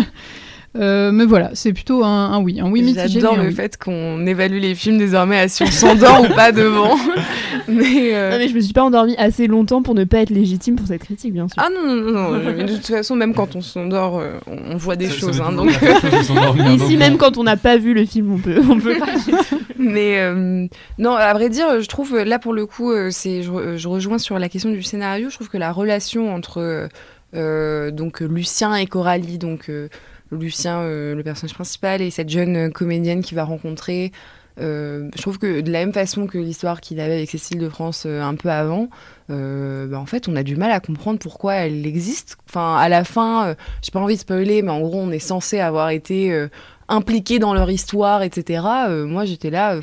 Speaker 5: Euh, mais voilà, c'est plutôt un, un oui, un oui mitigé.
Speaker 2: j'adore
Speaker 5: mais un
Speaker 2: le
Speaker 5: oui.
Speaker 2: fait qu'on évalue les films désormais à si on s'endort ou pas devant. mais, euh,
Speaker 3: Non, mais je me suis pas endormie assez longtemps pour ne pas être légitime pour cette critique, bien sûr.
Speaker 2: Ah non, non, non, non, mais de toute façon, même quand on s'endort, euh, on on voit des
Speaker 4: Ça- ça
Speaker 2: choses.
Speaker 4: m'est
Speaker 2: hein,
Speaker 4: toujours
Speaker 2: donc...
Speaker 4: la même chose de s'endormir, donc
Speaker 3: Ici,
Speaker 4: bon.
Speaker 3: même quand on n'a pas vu le film, on peut, on peut cracher.
Speaker 2: Mais euh, non, à vrai dire, je trouve, là pour le coup, euh, c'est, je, re- je rejoins sur la question du scénario. Je trouve que la relation entre euh, donc, Lucien et Coralie, donc euh, Lucien, euh, le personnage principal, et cette jeune euh, comédienne qu'il va rencontrer, euh, je trouve que de la même façon que l'histoire qu'il avait avec Cécile de France euh, un peu avant, euh, bah, en fait, on a du mal à comprendre pourquoi elle existe. Enfin, à la fin, euh, j'ai pas envie de spoiler, mais en gros, on est censé avoir été euh, impliqué dans leur histoire, et cetera. Euh, moi, j'étais là, euh, pff,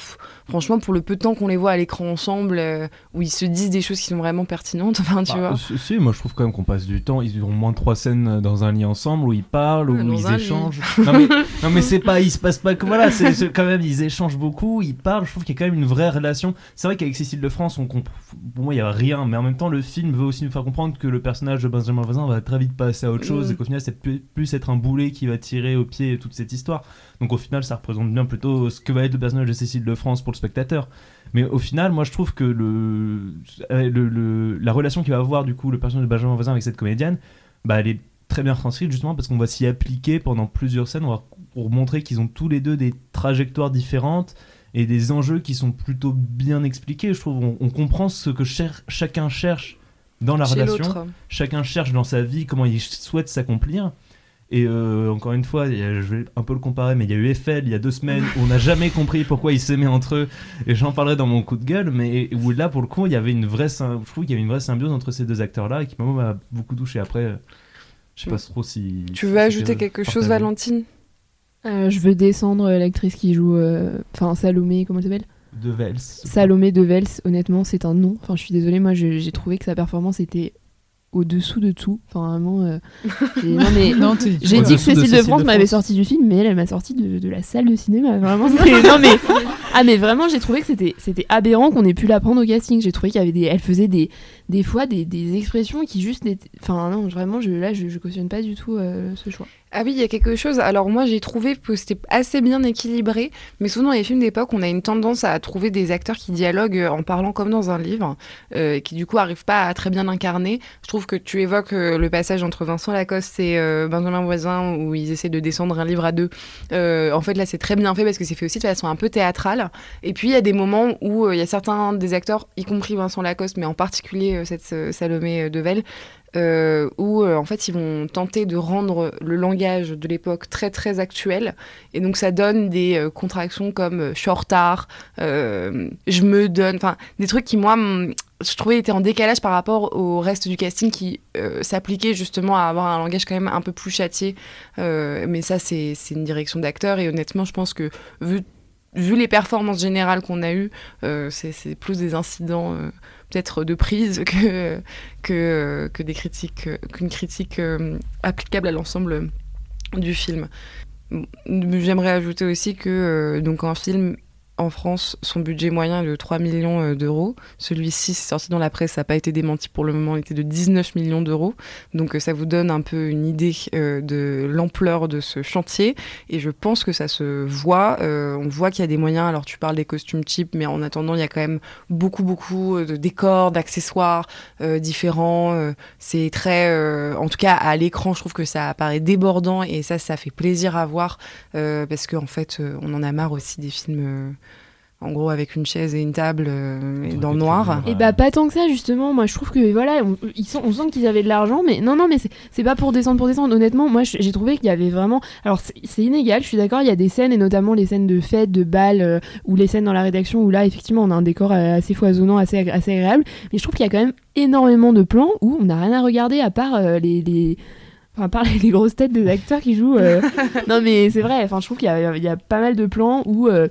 Speaker 2: franchement, pour le peu de temps qu'on les voit à l'écran ensemble, euh, où ils se disent des choses qui sont vraiment pertinentes, enfin, tu
Speaker 4: bah,
Speaker 2: vois.
Speaker 4: Si, si, moi je trouve quand même qu'on passe du temps. Ils ont moins de trois scènes dans un lit ensemble où ils parlent, où
Speaker 2: Dans
Speaker 4: ils
Speaker 2: un
Speaker 4: échangent. Non mais, non mais c'est pas, il se passe pas que voilà, c'est, c'est quand même ils échangent beaucoup, ils parlent. Je trouve qu'il y a quand même une vraie relation. C'est vrai qu'avec Cécile de France, on comp... pour moi il y a rien, mais en même temps le film veut aussi nous faire comprendre que le personnage de Benjamin Voisin va très vite passer à autre chose mmh. et qu'au final c'est plus, plus être un boulet qui va tirer au pied toute cette histoire. Donc au final ça représente bien plutôt ce que va être le personnage de Cécile de France pour le spectateur. Mais au final, moi je trouve que le, le, le, la relation qu'il va avoir du coup le personnage de Benjamin Voisin avec cette comédienne, bah, elle est très bien retranscrite justement parce qu'on va s'y appliquer pendant plusieurs scènes, on va pour montrer qu'ils ont tous les deux des trajectoires différentes et des enjeux qui sont plutôt bien expliqués. Je trouve on, on comprend ce que cher, chacun cherche dans la
Speaker 2: Chez
Speaker 4: relation,
Speaker 2: l'autre.
Speaker 4: Chacun cherche dans sa vie comment il souhaite s'accomplir. Et euh, encore une fois, y a, je vais un peu le comparer, mais il y a eu Eiffel il y a deux semaines où on n'a jamais compris pourquoi ils s'aimaient entre eux, et j'en parlerai dans mon coup de gueule, mais où là pour le coup il y avait une vraie, je trouve qu'il y avait une vraie symbiose entre ces deux acteurs-là et qui m'a beaucoup touché. Après, je sais pas trop si.
Speaker 2: Tu
Speaker 4: si
Speaker 2: veux ajouter quelque chose, Valentine?
Speaker 3: euh, Je veux descendre l'actrice qui joue, enfin euh, Salomé, comment elle s'appelle?
Speaker 4: De Vels.
Speaker 3: Salomé de Vels. Honnêtement, c'est un nom. Enfin, je suis désolée, moi je, j'ai trouvé que sa performance était au-dessous de tout, enfin vraiment euh, j'ai, non, mais non, j'ai dit que Cécile de, de France m'avait sorti du film, mais elle, elle m'a sorti de, de la salle de cinéma, vraiment. Non mais ah mais vraiment j'ai trouvé que c'était c'était aberrant qu'on ait pu la prendre au casting. J'ai trouvé qu'il y avait des, elle faisait des des fois des, des expressions qui juste n'étaient, enfin non vraiment je là je, je cautionne pas du tout euh, ce choix.
Speaker 2: Ah oui, il y a quelque chose. Alors moi, j'ai trouvé que c'était assez bien équilibré, mais souvent dans les films d'époque, on a une tendance à trouver des acteurs qui dialoguent en parlant comme dans un livre, euh, et qui du coup arrivent pas à très bien l'incarner. Je trouve que tu évoques euh, le passage entre Vincent Lacoste et euh, Benjamin Voisin, où ils essaient de descendre un livre à deux. Euh, en fait, là, c'est très bien fait parce que c'est fait aussi de façon un peu théâtrale. Et puis, il y a des moments où il euh, y a certains des acteurs, y compris Vincent Lacoste, mais en particulier euh, cette euh, Salomé Devel, Euh, où euh, en fait ils vont tenter de rendre le langage de l'époque très très actuel, et donc ça donne des euh, contractions comme euh, je suis en retard, euh, je me donne, enfin des trucs qui moi m- je trouvais étaient en décalage par rapport au reste du casting qui euh, s'appliquait justement à avoir un langage quand même un peu plus châtié, euh, mais ça c'est, c'est une direction d'acteur, et honnêtement je pense que vu Vu les performances générales qu'on a eues, euh, c'est, c'est plus des incidents euh, peut-être de prise que, que, que des critiques, qu'une critique euh, applicable à l'ensemble du film. J'aimerais ajouter aussi que euh, donc un film en France, son budget moyen est de trois millions d'euros. Celui-ci, c'est sorti dans la presse, ça n'a pas été démenti pour le moment, il était de dix-neuf millions d'euros. Donc ça vous donne un peu une idée euh, de l'ampleur de ce chantier. Et je pense que ça se voit. Euh, on voit qu'il y a des moyens. Alors tu parles des costumes cheap, mais en attendant, il y a quand même beaucoup, beaucoup de décors, d'accessoires euh, différents. Euh, c'est très... Euh, en tout cas, à l'écran, je trouve que ça apparaît débordant. Et ça, ça fait plaisir à voir. Euh, parce qu'en fait, euh, on en a marre aussi des films... Euh, en gros avec une chaise et une table euh, et dans le noir.
Speaker 3: Et bah pas tant que ça justement, moi je trouve que voilà, on, ils sont, on sent qu'ils avaient de l'argent, mais non non mais c'est, c'est pas pour descendre pour descendre, honnêtement moi j'ai trouvé qu'il y avait vraiment, alors c'est, c'est inégal, je suis d'accord, il y a des scènes et notamment les scènes de fête, de bal, euh, ou les scènes dans la rédaction où là effectivement on a un décor assez foisonnant, assez, assez agréable, mais je trouve qu'il y a quand même énormément de plans où on n'a rien à regarder à part euh, les... les... Enfin, par les grosses têtes des acteurs qui jouent. Euh... non, mais c'est vrai. Enfin, je trouve qu'il y a, il y a pas mal de plans où euh,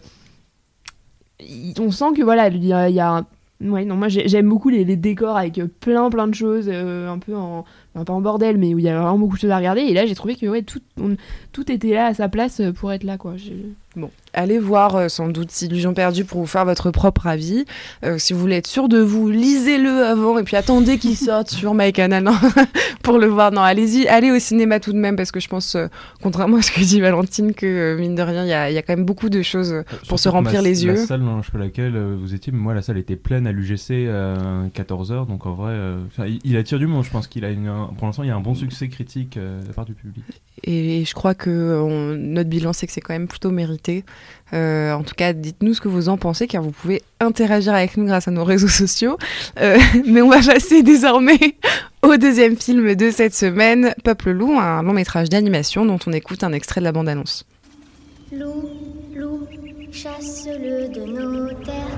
Speaker 3: on sent que voilà, il y a, il y a un... ouais, non, moi j'aime beaucoup les, les décors avec plein plein de choses, euh, un peu en, enfin, pas en bordel, mais où il y a vraiment beaucoup de choses à regarder. Et là, j'ai trouvé que ouais, tout, on, tout était là à sa place pour être là, quoi. J'ai...
Speaker 2: Bon, allez voir euh, sans doute Illusion perdue pour vous faire votre propre avis. Euh, si vous voulez être sûr de vous, lisez-le avant et puis attendez qu'il sorte sur MyCanal non, pour le voir. Non, allez-y, allez au cinéma tout de même parce que je pense, euh, contrairement à ce que dit Valentine, que euh, mine de rien, il y a, y a quand même beaucoup de choses euh, pour se remplir
Speaker 4: ma,
Speaker 2: les yeux.
Speaker 4: La salle dans laquelle euh, vous étiez, moi la salle était pleine à l'U G C à quatorze heures, donc en vrai, euh, il, il attire du monde. Je pense qu'il a une, un, pour l'instant, il y a un bon succès critique euh, de la part du public.
Speaker 2: Et, et je crois que on, notre bilan, c'est que c'est quand même plutôt mérité. Euh, en tout cas, dites-nous ce que vous en pensez, car vous pouvez interagir avec nous grâce à nos réseaux sociaux. Euh, mais on va passer désormais au deuxième film de cette semaine, Peuple loup, un long métrage d'animation dont on écoute un extrait de la bande-annonce.
Speaker 10: Loup, loup, chasse-le de nos terres.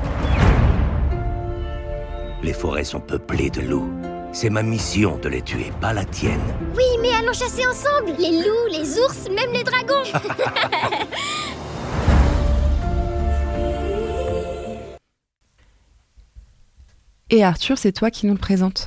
Speaker 11: Les forêts sont peuplées de loups. C'est ma mission de les tuer, pas la tienne.
Speaker 10: Oui, mais allons chasser ensemble. Les loups, les ours, même les dragons.
Speaker 2: Et Arthur, c'est toi qui nous le présente.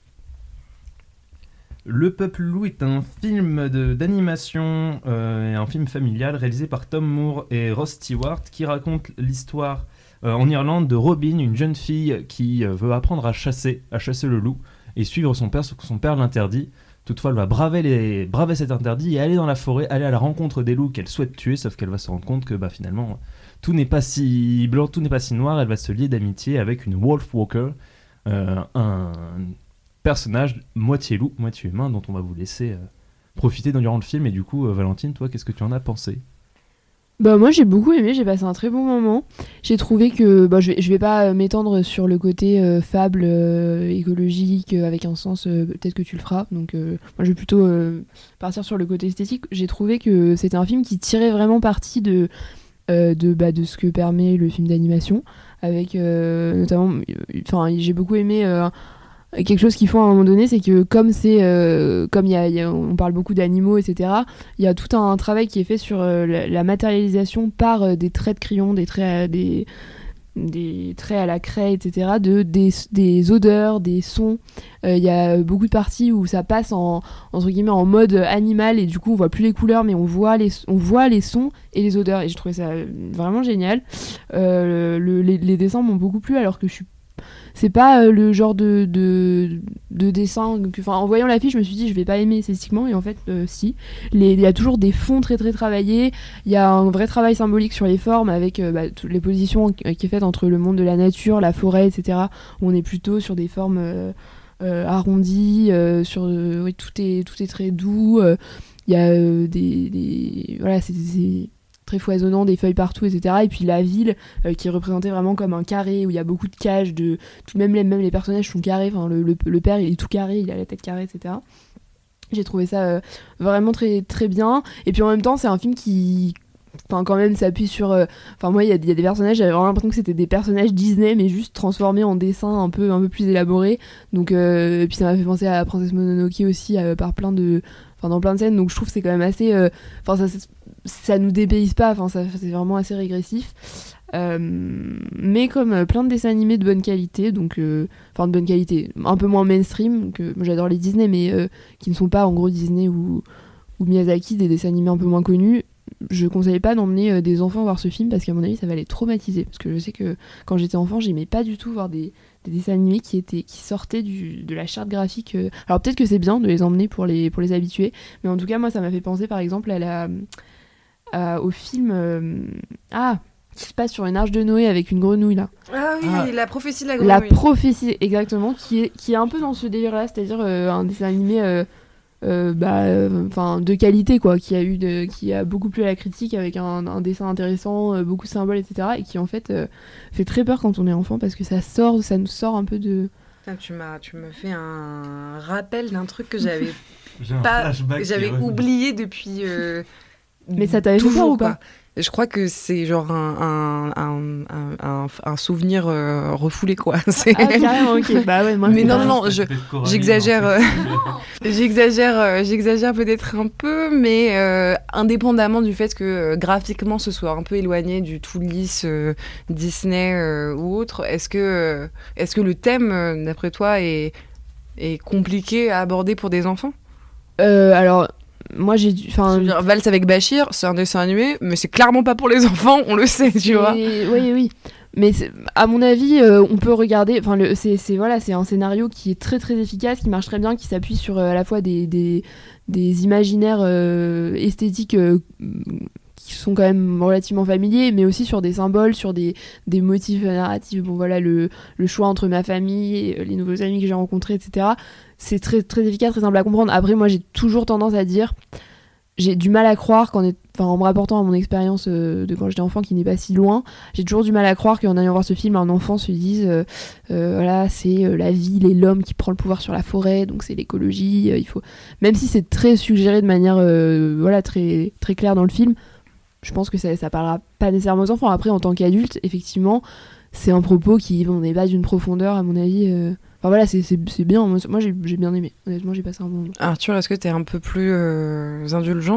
Speaker 4: Le Peuple Loup est un film de, d'animation euh, et un film familial réalisé par Tom Moore et Ross Stewart qui raconte l'histoire euh, en Irlande de Robin, une jeune fille qui euh, veut apprendre à chasser, à chasser le loup et suivre son père, son père l'interdit. Toutefois, elle va braver, les, braver cet interdit et aller dans la forêt, aller à la rencontre des loups qu'elle souhaite tuer, sauf qu'elle va se rendre compte que bah, finalement, tout n'est pas si blanc, tout n'est pas si noir. Elle va se lier d'amitié avec une Wolf Walker, euh, un personnage moitié loup, moitié humain, dont on va vous laisser euh, profiter durant le film. Et du coup, euh, Valentine, toi, qu'est-ce que tu en as pensé ?
Speaker 3: Bah moi j'ai beaucoup aimé, j'ai passé un très bon moment. J'ai trouvé que, bah, je, vais, je vais pas m'étendre sur le côté euh, fable euh, écologique euh, avec un sens, euh, peut-être que tu le feras, donc euh, moi je vais plutôt euh, partir sur le côté esthétique. J'ai trouvé que c'était un film qui tirait vraiment parti de, euh, de, bah, de ce que permet le film d'animation, avec euh, notamment, enfin j'ai beaucoup aimé... Euh, quelque chose qu'ils font à un moment donné, c'est que comme c'est euh, comme y a, y a, on parle beaucoup d'animaux, et cetera, il y a tout un travail qui est fait sur euh, la, la matérialisation par euh, des traits de crayon, des traits à, des, des traits à la craie, et cetera, de, des, des odeurs, des sons. Il euh, y a beaucoup de parties où ça passe en, entre guillemets, en mode animal, et du coup on voit plus les couleurs, mais on voit les, on voit les sons et les odeurs, et je trouvais ça vraiment génial. Euh, le, les, les dessins m'ont beaucoup plu, alors que je suis c'est pas euh, le genre de, de, de dessin que, en voyant l'affiche je me suis dit je vais pas aimer esthétiquement, et en fait euh, si il y a toujours des fonds très très travaillés, il y a un vrai travail symbolique sur les formes avec euh, bah, toutes les positions qui est faite entre le monde de la nature, la forêt, etc., où on est plutôt sur des formes euh, euh, arrondies, euh, sur euh, oui, tout est tout est très doux, il euh, y a euh, des, des voilà c'est, c'est très foisonnant, des feuilles partout, et cetera. Et puis la ville euh, qui est représentée vraiment comme un carré où il y a beaucoup de cages, de tout, même les même les personnages sont carrés. Enfin le, le le père il est tout carré, il a la tête carrée, et cetera. J'ai trouvé ça euh, vraiment très très bien. Et puis en même temps c'est un film qui enfin quand même s'appuie sur enfin euh, moi il y, y a des personnages, j'avais vraiment l'impression que c'était des personnages Disney mais juste transformés en dessins un peu un peu plus élaborés. Donc euh, et puis ça m'a fait penser à Princesse Mononoke aussi euh, par plein de enfin dans plein de scènes. Donc je trouve que c'est quand même assez enfin euh, ça ça nous dépayse pas, enfin ça c'est vraiment assez régressif. Euh, mais comme euh, plein de dessins animés de bonne qualité, donc euh, enfin de bonne qualité, un peu moins mainstream, que moi j'adore les Disney, mais euh, qui ne sont pas en gros Disney ou, ou Miyazaki, des dessins animés un peu moins connus. Je conseille pas d'emmener euh, des enfants voir ce film parce qu'à mon avis ça va les traumatiser, parce que je sais que quand j'étais enfant j'aimais pas du tout voir des, des dessins animés qui étaient qui sortaient du, de la charte graphique. Euh... Alors peut-être que c'est bien de les emmener pour les pour les habituer, mais en tout cas moi ça m'a fait penser par exemple à la euh, au film euh... ah qui se passe sur une arche de Noé avec une grenouille là.
Speaker 2: Ah oui, ah. La prophétie de la
Speaker 3: La
Speaker 2: grenouille.
Speaker 3: prophétie, exactement, qui est, qui est un peu dans ce délire là, c'est-à-dire euh, un dessin animé euh, euh, bah, euh, de qualité quoi, qui a, eu de, qui a beaucoup plu à la critique avec un, un dessin intéressant, euh, beaucoup de symboles, et cetera. Et qui en fait euh, fait très peur quand on est enfant parce que ça, sort, ça nous sort un peu de...
Speaker 2: Ah, tu, m'as, tu me fais un rappel d'un truc que j'avais, pas, que j'avais oublié depuis... Euh,
Speaker 3: Mais ça t'avait fait peur ou pas ?
Speaker 2: Je crois que c'est genre un, un, un, un, un souvenir euh, refoulé, quoi. C'est...
Speaker 3: Ah, carrément, ok. Bah ouais, moi,
Speaker 2: mais non, non, non, je, j'exagère, euh, j'exagère, euh, j'exagère peut-être un peu, mais euh, indépendamment du fait que euh, graphiquement ce soit un peu éloigné du tout lisse euh, Disney euh, ou autre, est-ce que, euh, est-ce que le thème, euh, d'après toi, est, est compliqué à aborder pour des enfants ?
Speaker 3: euh, Alors... Moi j'ai dû. Enfin,
Speaker 2: Valse avec Bachir, c'est un dessin animé, mais c'est clairement pas pour les enfants, on le sait, tu vois.
Speaker 3: Oui, oui. Mais à mon avis, euh, on peut regarder. Enfin, le, c'est, c'est voilà, c'est un scénario qui est très très efficace, qui marche très bien, qui s'appuie sur euh, à la fois des des, des imaginaires euh, esthétiques. Euh, qui sont quand même relativement familiers, mais aussi sur des symboles, sur des, des motifs narratifs. Bon voilà, le, le choix entre ma famille, les nouveaux amis que j'ai rencontrés, et cetera. C'est très, très efficace, très simple à comprendre. Après, moi, j'ai toujours tendance à dire, j'ai du mal à croire, qu'en, est, en me rapportant à mon expérience euh, de quand j'étais enfant, qui n'est pas si loin, j'ai toujours du mal à croire qu'en allant voir ce film, un enfant se dise, euh, euh, voilà, c'est euh, la ville et l'homme qui prend le pouvoir sur la forêt, donc c'est l'écologie. Euh, il faut, même si c'est très suggéré de manière, euh, voilà, très, très claire dans le film. Je pense que ça, ça parlera pas nécessairement aux enfants. Après, en tant qu'adulte, effectivement, c'est un propos qui bon, n'est pas d'une profondeur, à mon avis. Euh... Enfin voilà, c'est, c'est, c'est bien. Moi, j'ai, j'ai bien aimé. Honnêtement, j'ai passé un bon moment.
Speaker 2: Arthur, est-ce que t'es un peu plus euh, indulgent, toi ?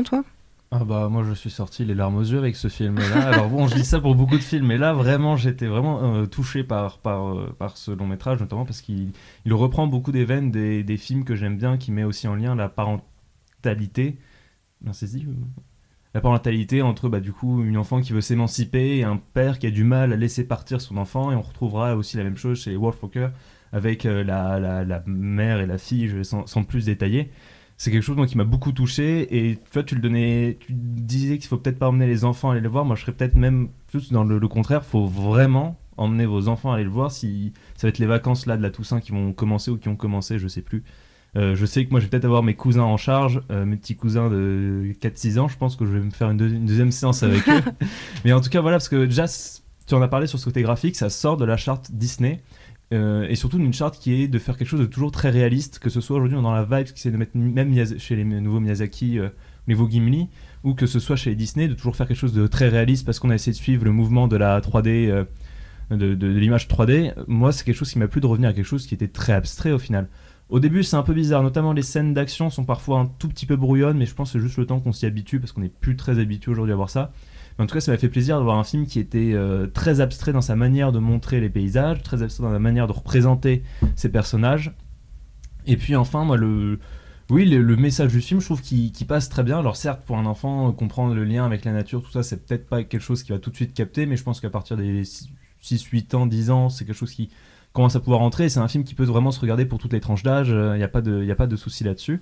Speaker 4: Ah bah moi je suis sorti les larmes aux yeux avec ce film-là. Alors bon, je dis ça pour beaucoup de films, mais là vraiment j'étais vraiment euh, touché par, par, euh, par ce long métrage, notamment parce qu'il il reprend beaucoup des veines des, des films que j'aime bien, qui met aussi en lien la parentalité. Non, c'est dit La parentalité entre bah, du coup une enfant qui veut s'émanciper et un père qui a du mal à laisser partir son enfant, et on retrouvera aussi la même chose chez Wolf Walker avec euh, la, la, la mère et la fille, je, sans, sans plus détailler. C'est quelque chose moi, qui m'a beaucoup touché, et tu vois, tu le donnais, tu disais qu'il faut peut-être pas emmener les enfants à aller le voir. Moi je serais peut-être même plus dans le, le contraire, il faut vraiment emmener vos enfants à aller le voir. Si ça va être les vacances là de la Toussaint qui vont commencer ou qui ont commencé, je sais plus. Euh, je sais que moi je vais peut-être avoir mes cousins en charge, euh, mes petits cousins de quatre six ans, je pense que je vais me faire une, deux, une deuxième séance avec eux. Mais en tout cas voilà, parce que déjà tu en as parlé sur ce côté graphique, ça sort de la charte Disney. Euh, et surtout d'une charte qui est de faire quelque chose de toujours très réaliste, que ce soit aujourd'hui dans la vibe qui essaie de mettre même Miyaz- chez les nouveaux Miyazaki, euh, les nouveaux Ghibli, ou que ce soit chez les Disney, de toujours faire quelque chose de très réaliste parce qu'on a essayé de suivre le mouvement de la trois D, euh, de, de, de l'image trois D. Moi c'est quelque chose qui m'a plu de revenir à quelque chose qui était très abstrait au final. Au début c'est un peu bizarre, notamment les scènes d'action sont parfois un tout petit peu brouillonnes, mais je pense que c'est juste le temps qu'on s'y habitue parce qu'on n'est plus très habitué aujourd'hui à voir ça. Mais en tout cas, ça m'a fait plaisir de voir un film qui était euh, très abstrait dans sa manière de montrer les paysages, très abstrait dans la manière de représenter ses personnages. Et puis enfin, moi, le, oui, le, le message du film, je trouve qu'il, qu'il passe très bien. Alors certes, pour un enfant, comprendre le lien avec la nature, tout ça, c'est peut-être pas quelque chose qui va tout de suite capter, mais je pense qu'à partir des six huit ans, dix ans, c'est quelque chose qui commence à pouvoir entrer. C'est un film qui peut vraiment se regarder pour toutes les tranches d'âge, il n'y a pas de, y a pas de souci là-dessus.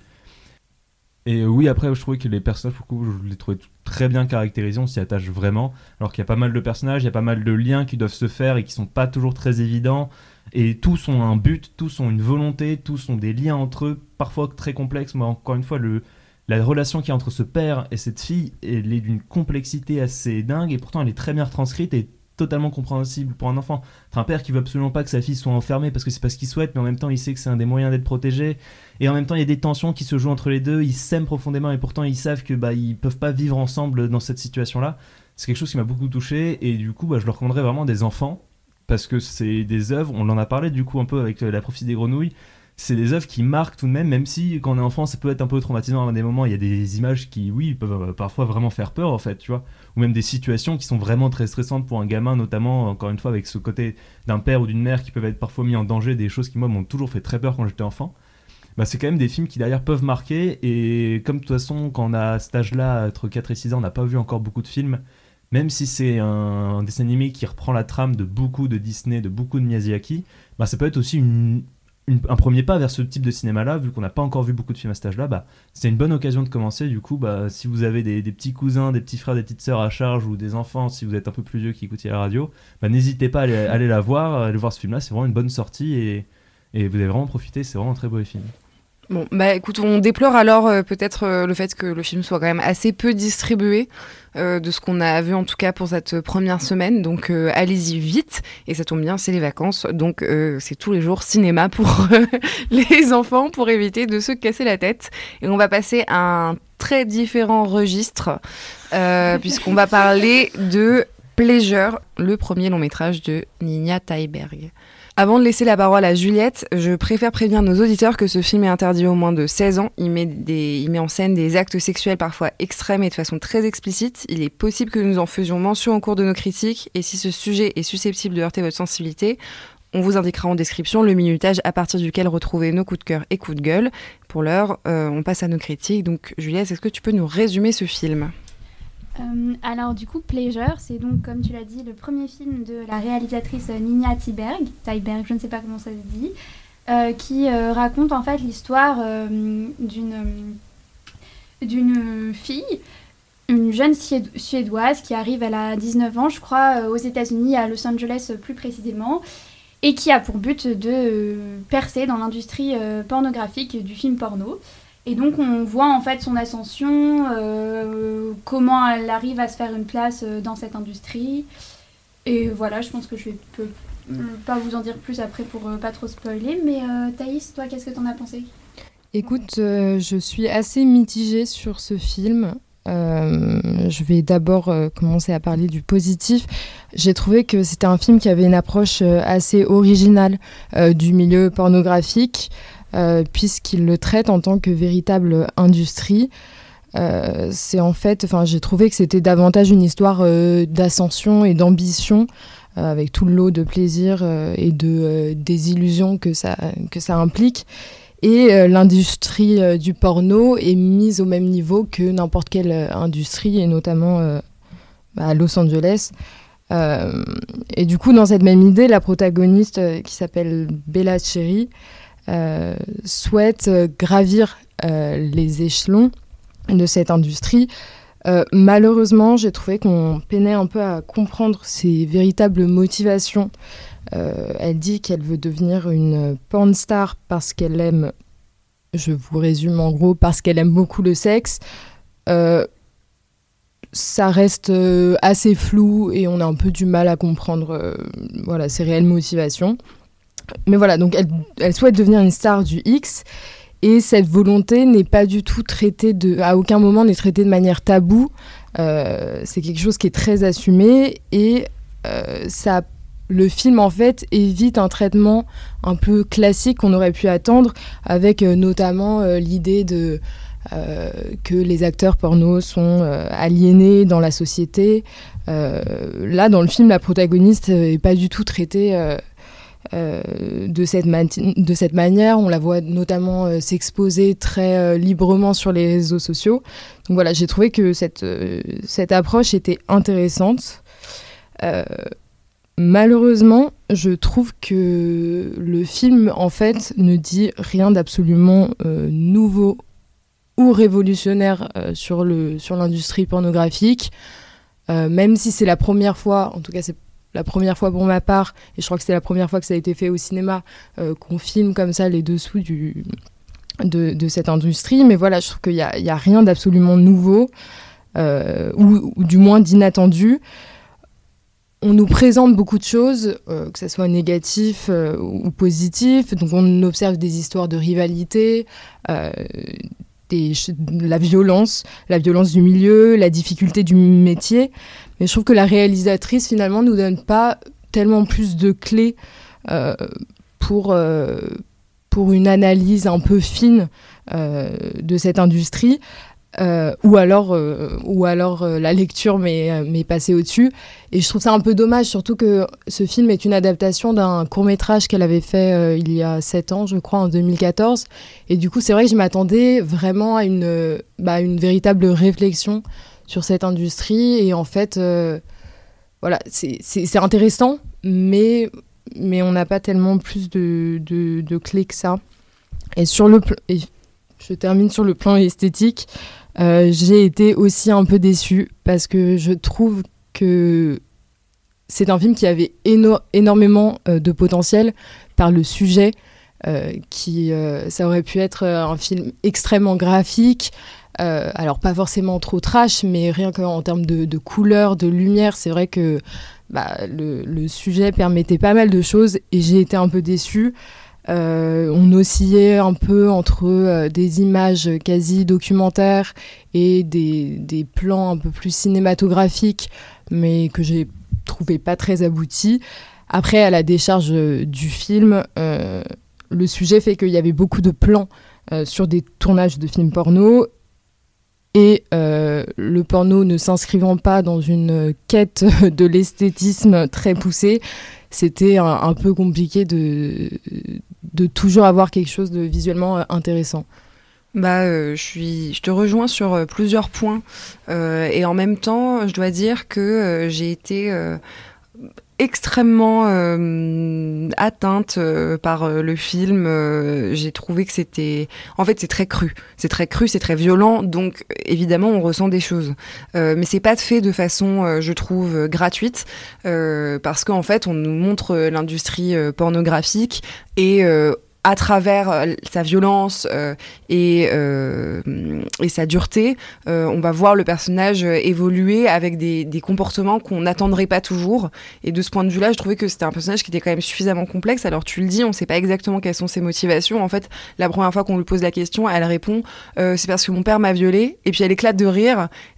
Speaker 4: Et oui, après, je trouvais que les personnages, beaucoup, je les trouvais très bien caractérisés, on s'y attache vraiment. Alors qu'il y a pas mal de personnages, il y a pas mal de liens qui doivent se faire et qui sont pas toujours très évidents. Et tous ont un but, tous ont une volonté, tous ont des liens entre eux, parfois très complexes. Mais encore une fois, le, la relation qu'il y a entre ce père et cette fille, elle est d'une complexité assez dingue, et pourtant elle est très bien retranscrite et totalement compréhensible pour un enfant. Enfin, un père qui veut absolument pas que sa fille soit enfermée parce que c'est pas ce qu'il souhaite, mais en même temps il sait que c'est un des moyens d'être protégé, et en même temps il y a des tensions qui se jouent entre les deux. Ils s'aiment profondément et pourtant ils savent que bah ils peuvent pas vivre ensemble dans cette situation là. C'est quelque chose qui m'a beaucoup touché, et du coup bah, je leur recommanderais vraiment des enfants, parce que c'est des œuvres, on en a parlé du coup un peu avec La prophétie des grenouilles, c'est des œuvres qui marquent tout de même, même si quand on est enfant ça peut être un peu traumatisant à des moments. Il y a des images qui, oui, peuvent parfois vraiment faire peur en fait, tu vois, ou même des situations qui sont vraiment très stressantes pour un gamin, notamment encore une fois avec ce côté d'un père ou d'une mère qui peuvent être parfois mis en danger, des choses qui moi m'ont toujours fait très peur quand j'étais enfant. Bah, c'est quand même des films qui derrière peuvent marquer, et comme de toute façon quand on a cet âge-là, entre quatre et six ans, on n'a pas vu encore beaucoup de films, même si c'est un, un dessin animé qui reprend la trame de beaucoup de Disney, de beaucoup de Miyazaki, bah, ça peut être aussi une Une, un premier pas vers ce type de cinéma-là, vu qu'on n'a pas encore vu beaucoup de films à cet âge-là. Bah, c'est une bonne occasion de commencer. Du coup, bah, si vous avez des, des petits cousins, des petits frères, des petites sœurs à charge, ou des enfants, si vous êtes un peu plus vieux qui écoutez la radio, bah, n'hésitez pas à aller, aller la voir, à aller voir ce film-là. C'est vraiment une bonne sortie, et, et vous allez vraiment profiter. C'est vraiment un très beau film.
Speaker 2: Bon, bah écoute, on déplore alors euh, peut-être euh, le fait que le film soit quand même assez peu distribué euh, de ce qu'on a vu en tout cas pour cette première semaine. Donc euh, allez-y vite, et ça tombe bien, c'est les vacances, donc euh, c'est tous les jours cinéma pour euh, les enfants, pour éviter de se casser la tête. Et on va passer à un très différent registre euh, puisqu'on va parler de Pleasure, le premier long métrage de Nina Teiberg. Avant de laisser la parole à Juliette, je préfère prévenir nos auditeurs que ce film est interdit aux moins de seize ans. Il met, des, il met en scène des actes sexuels parfois extrêmes et de façon très explicite. Il est possible que nous en faisions mention au cours de nos critiques, et si ce sujet est susceptible de heurter votre sensibilité, on vous indiquera en description le minutage à partir duquel retrouver nos coups de cœur et coups de gueule. Pour l'heure, euh, on passe à nos critiques. Donc Juliette, est-ce que tu peux nous résumer ce film ?
Speaker 6: Euh, alors du coup, Pleasure, c'est donc, comme tu l'as dit, le premier film de la réalisatrice Nina Teiberg, Teiberg, je ne sais pas comment ça se dit, euh, qui euh, raconte en fait l'histoire euh, d'une, d'une fille, une jeune Suédoise qui arrive, elle a dix-neuf ans je crois, euh, aux États-Unis, à Los Angeles plus précisément, et qui a pour but de euh, percer dans l'industrie euh, pornographique du film porno. Et donc on voit en fait son ascension, euh, comment elle arrive à se faire une place euh, dans cette industrie. Et voilà, je pense que je ne peux pas vous en dire plus après pour euh, pas trop spoiler. Mais euh, Thaïs, toi, qu'est-ce que t'en as pensé ?
Speaker 3: Écoute, euh, je suis assez mitigée sur ce film. Euh, je vais d'abord euh, commencer à parler du positif. J'ai trouvé que c'était un film qui avait une approche euh, assez originale euh, du milieu pornographique. Euh, puisqu'il le traite en tant que véritable industrie.
Speaker 12: Euh, c'est en fait, enfin, j'ai trouvé que c'était davantage une histoire euh, d'ascension et d'ambition, euh, avec tout le lot de plaisir euh, et de euh, désillusion que ça, que ça implique. Et euh, l'industrie euh, du porno est mise au même niveau que n'importe quelle euh, industrie, et notamment euh, bah, à Los Angeles. Euh, et du coup, dans cette même idée, la protagoniste, euh, qui s'appelle Bella Cherry, euh, souhaite euh, gravir euh, les échelons de cette industrie. Euh, malheureusement, j'ai trouvé qu'on peinait un peu à comprendre ses véritables motivations. Euh, elle dit qu'elle veut devenir une porn star parce qu'elle aime, je vous résume en gros, parce qu'elle aime beaucoup le sexe. Euh, ça reste euh, assez flou et on a un peu du mal à comprendre euh, voilà, ses réelles motivations. Mais voilà, donc elle, elle souhaite devenir une star du X. Et cette volonté n'est pas du tout traitée, de, à aucun moment n'est traitée de manière taboue. Euh, c'est quelque chose qui est très assumé et euh, ça, le film en fait évite un traitement un peu classique qu'on aurait pu attendre, avec euh, notamment euh, l'idée de, euh, que les acteurs porno sont euh, aliénés dans la société. Euh, là, dans le film, la protagoniste n'est pas du tout traitée Euh, Euh, de, cette mati- de cette manière. On la voit notamment euh, s'exposer très euh, librement sur les réseaux sociaux. Donc voilà, j'ai trouvé que cette, euh, cette approche était intéressante. Euh, malheureusement, je trouve que le film, en fait, ne dit rien d'absolument euh, nouveau ou révolutionnaire euh, sur, le, sur l'industrie pornographique. Euh, même si c'est la première fois, en tout cas c'est la première fois pour ma part, et je crois que c'est la première fois que ça a été fait au cinéma, euh, qu'on filme comme ça les dessous du, de, de cette industrie. Mais voilà, je trouve qu'il n'y a, il y a rien d'absolument nouveau, euh, ou, ou du moins d'inattendu. On nous présente beaucoup de choses, euh, que ce soit négatif euh, ou positif. Donc on observe des histoires de rivalité, euh, des, la violence, la violence du milieu, la difficulté du métier. Mais je trouve que la réalisatrice, finalement, ne nous donne pas tellement plus de clés euh, pour, euh, pour une analyse un peu fine euh, de cette industrie. Euh, ou alors, euh, ou alors euh, la lecture m'est, m'est passée au-dessus. Et je trouve ça un peu dommage, surtout que ce film est une adaptation d'un court-métrage qu'elle avait fait euh, il y a sept ans, je crois, en deux mille quatorze. Et du coup, c'est vrai que je m'attendais vraiment à une, bah, une véritable réflexion sur cette industrie. Et en fait, euh, voilà, c'est, c'est, c'est intéressant, mais, mais on n'a pas tellement plus de, de, de clés que ça. Et, sur le pl- et je termine sur le plan esthétique. Euh, j'ai été aussi un peu déçue parce que je trouve que c'est un film qui avait éno- énormément euh, de potentiel par le sujet. Euh, qui, euh, ça aurait pu être un film extrêmement graphique, euh, alors pas forcément trop trash, mais rien qu'en termes de, de couleurs, de lumière, c'est vrai que bah, le, le sujet permettait pas mal de choses et j'ai été un peu déçue. Euh, on oscillait un peu entre euh, des images quasi documentaires et des, des plans un peu plus cinématographiques, mais que j'ai trouvé pas très aboutis. Après, à la décharge euh, du film, euh, le sujet fait qu'il y avait beaucoup de plans euh, sur des tournages de films porno, et euh, le porno ne s'inscrivant pas dans une quête de l'esthétisme très poussée, c'était un, un peu compliqué de, de toujours avoir quelque chose de visuellement intéressant.
Speaker 2: Bah, euh, je suis, je te rejoins sur euh, plusieurs points, euh, et en même temps, je dois dire que euh, j'ai été euh, extrêmement euh, atteinte euh, par euh, le film. Euh, j'ai trouvé que c'était, en fait, c'est très cru, c'est très cru, c'est très violent, donc évidemment, on ressent des choses. Euh, mais c'est pas fait de façon, euh, je trouve, euh, gratuite, euh, parce qu'en fait, on nous montre euh, l'industrie euh, pornographique et euh, à travers euh, sa violence euh, et, euh, et sa dureté, euh, on va voir le personnage euh, évoluer avec des, des comportements qu'on n'attendrait pas toujours. Et de ce point de vue-là, je trouvais que c'était un personnage qui était quand même suffisamment complexe. Alors tu le dis, on ne sait pas exactement quelles sont ses motivations. En fait, la première fois qu'on lui pose la question, elle répond euh, « c'est parce que mon père m'a violée ». Et puis elle éclate de rire.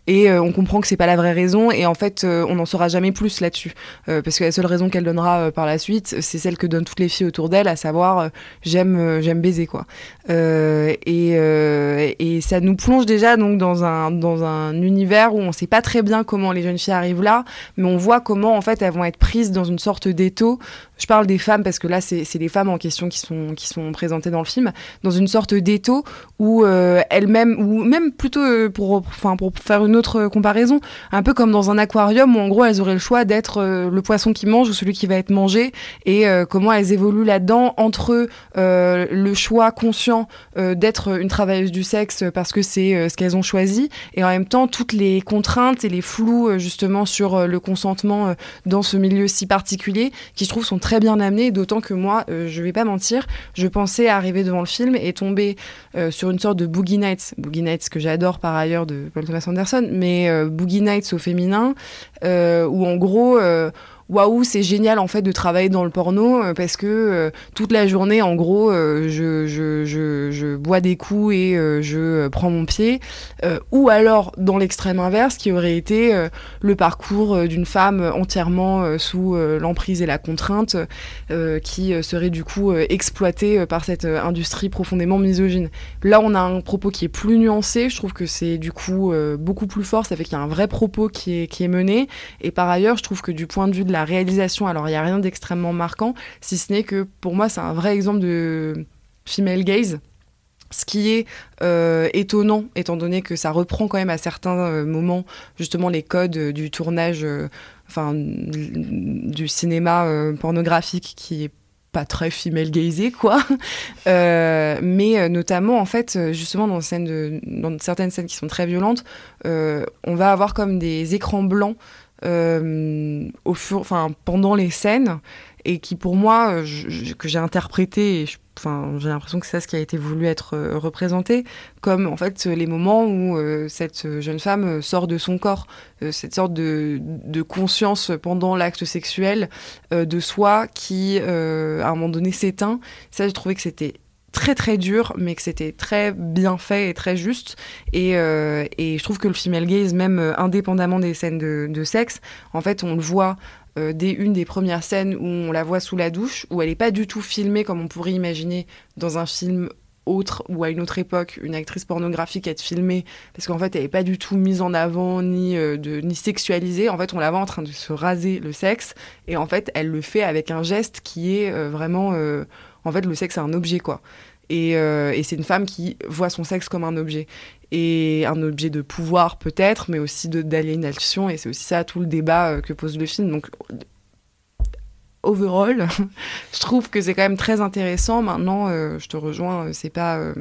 Speaker 2: et euh, on comprend que c'est pas la vraie raison, et en fait euh, on n'en saura jamais plus là-dessus, euh, parce que la seule raison qu'elle donnera euh, par la suite, c'est celle que donnent toutes les filles autour d'elle, à savoir euh, j'aime euh, j'aime baiser quoi. Euh, et, euh, et ça nous plonge déjà donc dans un dans un univers où on sait pas très bien comment les jeunes filles arrivent là, mais on voit comment en fait elles vont être prises dans une sorte d'étau. Je parle des femmes parce que là c'est c'est les femmes en question qui sont qui sont présentées dans le film, dans une sorte d'étau où euh, elles-mêmes, ou même plutôt euh, pour enfin pour faire une autre comparaison, un peu comme dans un aquarium où en gros elles auraient le choix d'être euh, le poisson qui mange ou celui qui va être mangé, et euh, comment elles évoluent là-dedans entre euh, le choix conscient euh, d'être une travailleuse du sexe parce que c'est euh, ce qu'elles ont choisi, et en même temps toutes les contraintes et les flous euh, justement sur euh, le consentement euh, dans ce milieu si particulier, qui je trouve sont très bien amenés, d'autant que moi, euh, je vais pas mentir, je pensais arriver devant le film et tomber euh, sur une sorte de Boogie Nights, Boogie Nights que j'adore par ailleurs de Paul Thomas Anderson, mais euh, Boogie Nights au féminin, euh, où en gros... Euh, waouh, c'est génial en fait de travailler dans le porno euh, parce que euh, toute la journée en gros euh, je, je, je, je bois des coups et euh, je euh, prends mon pied, euh, ou alors dans l'extrême inverse qui aurait été euh, le parcours euh, d'une femme entièrement euh, sous euh, l'emprise et la contrainte euh, qui euh, serait du coup euh, exploitée euh, par cette euh, industrie profondément misogyne. Là on a un propos qui est plus nuancé, je trouve que c'est du coup euh, beaucoup plus fort, ça fait qu'il y a un vrai propos qui est, qui est mené, et par ailleurs je trouve que du point de vue de la réalisation, alors il n'y a rien d'extrêmement marquant, si ce n'est que pour moi c'est un vrai exemple de female gaze, ce qui est euh, étonnant étant donné que ça reprend quand même à certains euh, moments justement les codes euh, du tournage, euh, enfin du cinéma euh, pornographique qui est pas très female gazé quoi, euh, mais euh, notamment en fait justement dans, scènes de, dans certaines scènes qui sont très violentes, euh, on va avoir comme des écrans blancs Euh, au fur, enfin, pendant les scènes, et qui pour moi je, je, que j'ai interprété, et je, enfin, j'ai l'impression que c'est ça ce qui a été voulu être euh, représenté comme en fait les moments où euh, cette jeune femme sort de son corps, euh, cette sorte de, de conscience pendant l'acte sexuel euh, de soi qui euh, à un moment donné s'éteint. Ça j'ai trouvé que c'était très très dur, mais que c'était très bien fait et très juste, et, euh, et je trouve que le female gaze, même euh, indépendamment des scènes de, de sexe, en fait on le voit euh, dès une des premières scènes où on la voit sous la douche, où elle n'est pas du tout filmée comme on pourrait imaginer dans un film autre, ou à une autre époque une actrice pornographique être filmée, parce qu'en fait elle n'est pas du tout mise en avant ni, euh, de, ni sexualisée. En fait on la voit en train de se raser le sexe, et en fait elle le fait avec un geste qui est euh, vraiment euh, en fait le sexe c'est un objet quoi. Et, euh, et c'est une femme qui voit son sexe comme un objet, et un objet de pouvoir peut-être, mais aussi de, d'aliénation, et c'est aussi ça tout le débat euh, que pose le film. Donc overall je trouve que c'est quand même très intéressant. Maintenant euh, je te rejoins, c'est pas euh,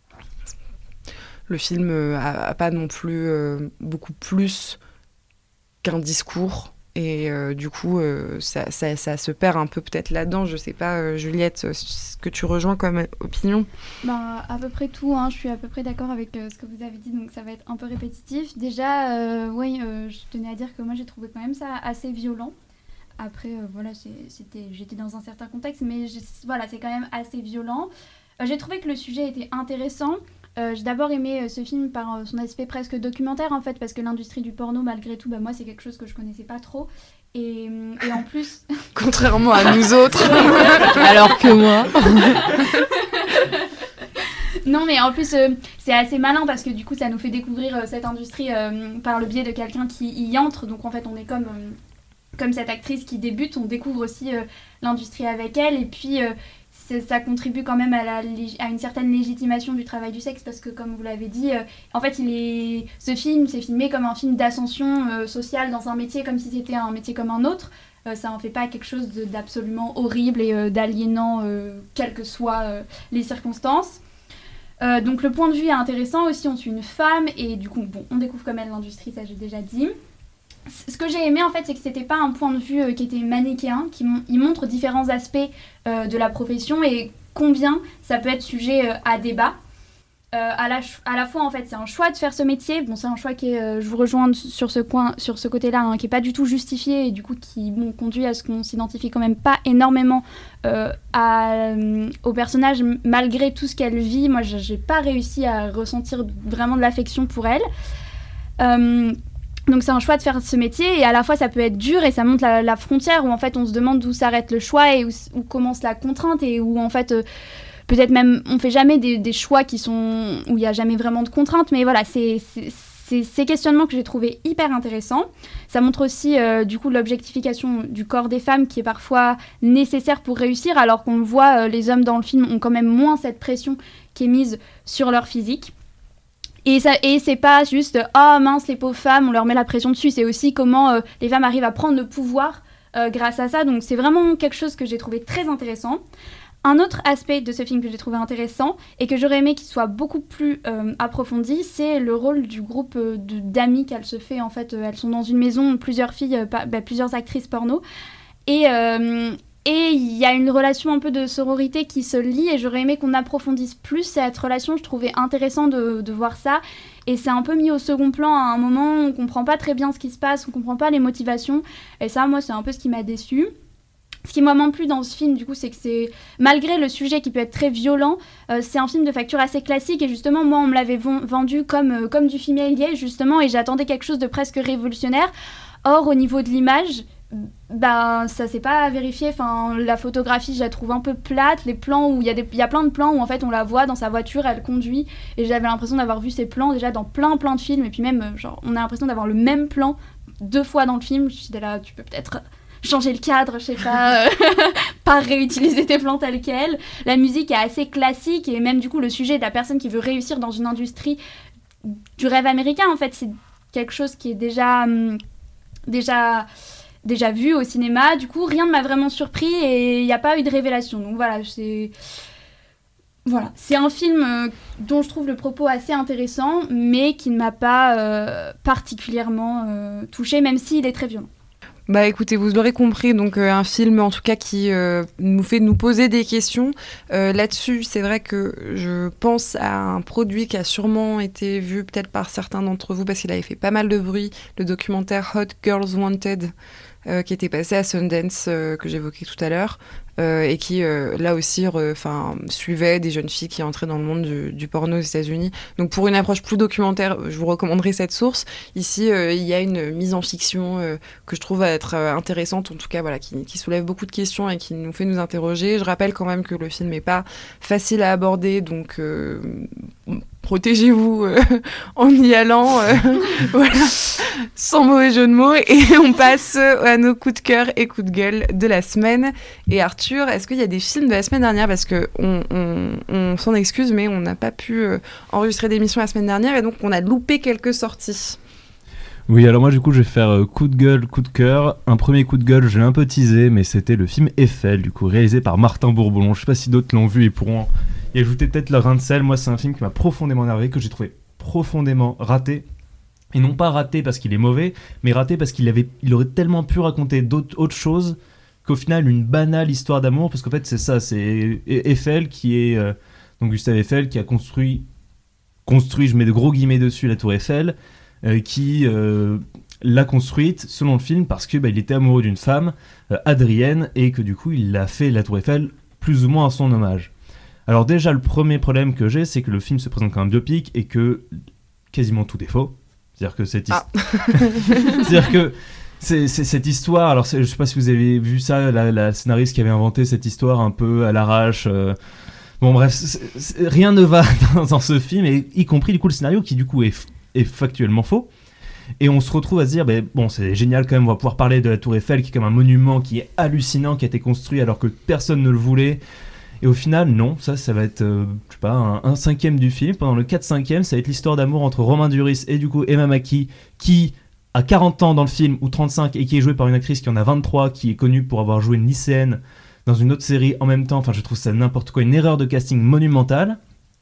Speaker 2: le film euh, a, a pas non plus euh, beaucoup plus qu'un discours. Et euh, du coup, euh, ça, ça, ça se perd un peu peut-être là-dedans. Je sais pas, euh, Juliette, ce que tu rejoins comme opinion ?
Speaker 6: Ben, à peu près tout, hein. Je suis à peu près d'accord avec euh, ce que vous avez dit, donc ça va être un peu répétitif. Déjà, euh, oui, euh, je tenais à dire que moi j'ai trouvé quand même ça assez violent. Après, euh, voilà, c'est, c'était, j'étais dans un certain contexte, mais voilà, c'est quand même assez violent. Euh, j'ai trouvé que le sujet était intéressant. Euh, j'ai d'abord aimé euh, ce film par euh, son aspect presque documentaire en fait, parce que l'industrie du porno malgré tout, bah, moi c'est quelque chose que je connaissais pas trop, et, et en plus...
Speaker 2: Contrairement à nous autres.
Speaker 12: Alors que moi...
Speaker 6: Non mais en plus euh, c'est assez malin parce que du coup ça nous fait découvrir euh, cette industrie euh, par le biais de quelqu'un qui y entre, donc en fait on est comme... Euh, comme cette actrice qui débute, on découvre aussi euh, l'industrie avec elle, et puis euh, ça contribue quand même à, la, à une certaine légitimation du travail du sexe, parce que comme vous l'avez dit, euh, en fait il est, ce film s'est filmé comme un film d'ascension euh, sociale dans un métier, comme si c'était un métier comme un autre. Euh, ça en fait pas quelque chose de, d'absolument horrible et euh, d'aliénant, euh, quelles que soient euh, les circonstances. Euh, donc le point de vue est intéressant aussi, on suit une femme, et du coup bon, on découvre comme elle l'industrie, ça j'ai déjà dit. Ce que j'ai aimé en fait, c'est que c'était pas un point de vue euh, qui était manichéen, qui mon- il montre différents aspects euh, de la profession et combien ça peut être sujet euh, à débat. Euh, à, la ch- à la fois en fait, c'est un choix de faire ce métier. Bon, c'est un choix qui est, euh, je vous rejoins sur ce coin, sur ce côté-là, hein, qui est pas du tout justifié et du coup qui bon, conduit à ce qu'on s'identifie quand même pas énormément euh, à, euh, au personnage malgré tout ce qu'elle vit. Moi, j'ai pas réussi à ressentir vraiment de l'affection pour elle. Euh, donc c'est un choix de faire ce métier et à la fois ça peut être dur et ça montre la, la frontière où en fait on se demande d'où s'arrête le choix et où, où commence la contrainte et où en fait euh, peut-être même on fait jamais des, des choix qui sont où il y a jamais vraiment de contrainte, mais voilà, c'est, c'est, c'est ces questionnements que j'ai trouvé hyper intéressants. Ça montre aussi euh, du coup l'objectification du corps des femmes qui est parfois nécessaire pour réussir, alors qu'on le voit, euh, les hommes dans le film ont quand même moins cette pression qui est mise sur leur physique. Et, ça, et c'est pas juste « Ah oh, mince, les pauvres femmes, on leur met la pression dessus », c'est aussi comment euh, les femmes arrivent à prendre le pouvoir euh, grâce à ça. Donc c'est vraiment quelque chose que j'ai trouvé très intéressant. Un autre aspect de ce film que j'ai trouvé intéressant et que j'aurais aimé qu'il soit beaucoup plus euh, approfondi, c'est le rôle du groupe euh, de, d'amis qu'elle se fait. En fait, euh, elles sont dans une maison, plusieurs filles, euh, pa- bah, plusieurs actrices porno. Et... Euh, Et il y a une relation un peu de sororité qui se lie et j'aurais aimé qu'on approfondisse plus cette relation. Je trouvais intéressant de, de voir ça. Et c'est un peu mis au second plan à un moment où on ne comprend pas très bien ce qui se passe, on ne comprend pas les motivations. Et ça, moi, c'est un peu ce qui m'a déçue. Ce qui m'a moins plu dans ce film, du coup, c'est que c'est, malgré le sujet qui peut être très violent, euh, c'est un film de facture assez classique. Et justement, moi, on me l'avait v- vendu comme, euh, comme du female gay, justement, et j'attendais quelque chose de presque révolutionnaire. Or, au niveau de l'image... Ben, ça s'est pas vérifié. Enfin, la photographie, je la trouve un peu plate. Les plans où il y a des, il y a plein de plans où en fait on la voit dans sa voiture, elle conduit, et j'avais l'impression d'avoir vu ces plans déjà dans plein plein de films. Et puis même, genre, on a l'impression d'avoir le même plan deux fois dans le film. J'étais là, tu peux peut-être changer le cadre, je sais pas, pas réutiliser tes plans tels quels. La musique est assez classique et même du coup le sujet de la personne qui veut réussir dans une industrie du rêve américain, en fait, c'est quelque chose qui est déjà hum, déjà déjà vu au cinéma, du coup rien ne m'a vraiment surpris et il n'y a pas eu de révélation. Donc voilà, c'est voilà, c'est un film euh, dont je trouve le propos assez intéressant, mais qui ne m'a pas euh, particulièrement euh, touchée, même s'il est très violent.
Speaker 2: Bah écoutez, vous l'aurez compris, donc euh, un film en tout cas qui euh, nous fait nous poser des questions. Euh, là-dessus, c'est vrai que je pense à un produit qui a sûrement été vu peut-être par certains d'entre vous parce qu'il avait fait pas mal de bruit, le documentaire Hot Girls Wanted, euh, qui était passé à Sundance, euh, que j'évoquais tout à l'heure, euh, et qui euh, là aussi re, suivait des jeunes filles qui entraient dans le monde du, du porno aux États-Unis. Donc pour une approche plus documentaire, je vous recommanderais cette source. Ici, euh, il y a une mise en fiction euh, que je trouve être euh, intéressante, en tout cas voilà, qui, qui soulève beaucoup de questions et qui nous fait nous interroger. Je rappelle quand même que le film n'est pas facile à aborder, donc euh, protégez-vous euh, en y allant, euh, voilà, sans mauvais jeu de mots. Et on passe à nos coups de cœur et coups de gueule de la semaine. Et Arthur, est-ce qu'il y a des films de la semaine dernière ? Parce qu'on on, on s'en excuse, mais on n'a pas pu euh, enregistrer d'émission la semaine dernière et donc on a loupé quelques sorties.
Speaker 4: Oui, alors moi du coup je vais faire euh, coup de gueule, coup de cœur. Un premier coup de gueule, je l'ai un peu teasé, mais c'était le film Eiffel, du coup réalisé par Martin Bourboulon. Je sais pas si d'autres l'ont vu et pourront y ajouter peut-être leur grain de sel. Moi c'est un film qui m'a profondément énervé, que j'ai trouvé profondément raté. Et non pas raté parce qu'il est mauvais, mais raté parce qu'il avait, il aurait tellement pu raconter d'autres autres choses qu'au final une banale histoire d'amour, parce qu'en fait c'est ça, c'est Eiffel qui est euh, donc Gustave Eiffel qui a construit construit, je mets de gros guillemets dessus, la tour Eiffel. Euh, qui euh, l'a construite selon le film parce que bah, il était amoureux d'une femme, euh, Adrienne, et que du coup il a fait la tour Eiffel plus ou moins à son hommage. Alors déjà le premier problème que j'ai, c'est que le film se présente comme un biopic et que quasiment tout est faux. C'est-à-dire que cette,
Speaker 2: ah.
Speaker 4: C'est-à-dire que c'est, c'est cette histoire, alors je sais pas si vous avez vu ça, la, la scénariste qui avait inventé cette histoire un peu à l'arrache. Euh, bon bref, c'est, c'est, rien ne va dans, dans ce film, et y compris du coup le scénario qui du coup est est factuellement faux, et on se retrouve à se dire bah, bon c'est génial quand même, on va pouvoir parler de la tour Eiffel qui est comme un monument qui est hallucinant, qui a été construit alors que personne ne le voulait, et au final non, ça ça va être euh, je sais pas un, un cinquième du film. Pendant le quatre cinquième ça va être l'histoire d'amour entre Romain Duris et du coup Emma Mackey, qui a quarante ans dans le film ou trente-cinq et qui est jouée par une actrice qui en a vingt-trois, qui est connue pour avoir joué une lycéenne dans une autre série en même temps. Enfin je trouve ça n'importe quoi, une erreur de casting monumentale.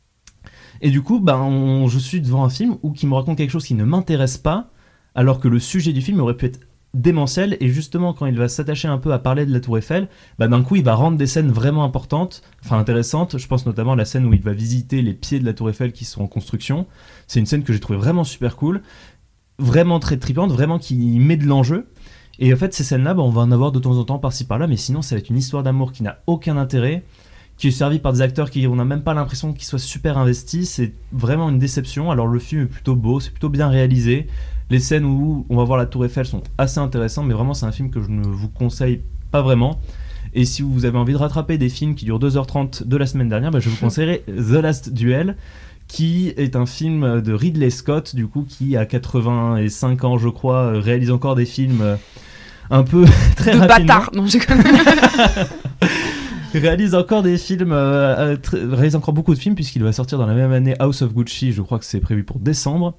Speaker 4: Et du coup, ben, on, je suis devant un film où qui me raconte quelque chose qui ne m'intéresse pas, alors que le sujet du film aurait pu être démentiel. Et justement, quand il va s'attacher un peu à parler de la Tour Eiffel, ben, d'un coup, il va rendre des scènes vraiment importantes, enfin intéressantes. Je pense notamment à la scène où il va visiter les pieds de la Tour Eiffel qui sont en construction. C'est une scène que j'ai trouvée vraiment super cool, vraiment très tripante, vraiment qui met de l'enjeu. Et en fait, ces scènes-là, ben, on va en avoir de temps en temps par-ci par-là, mais sinon, ça va être une histoire d'amour qui n'a aucun intérêt, qui est servi par des acteurs qui on n'a même pas l'impression qu'ils soient super investis. C'est vraiment une déception. Alors le film est plutôt beau, c'est plutôt bien réalisé. Les scènes où on va voir la Tour Eiffel sont assez intéressantes, mais vraiment c'est un film que je ne vous conseille pas vraiment. Et si vous avez envie de rattraper des films qui durent deux heures trente de la semaine dernière, bah, je vous conseillerais The Last Duel, qui est un film de Ridley Scott, du coup, qui à quatre-vingt-cinq ans, je crois, réalise encore des films un peu très
Speaker 2: de
Speaker 4: rapidement.
Speaker 2: bâtard, non, je connais.
Speaker 4: réalise encore des films, euh, tr- réalise encore beaucoup de films, puisqu'il va sortir dans la même année House of Gucci, je crois que c'est prévu pour décembre.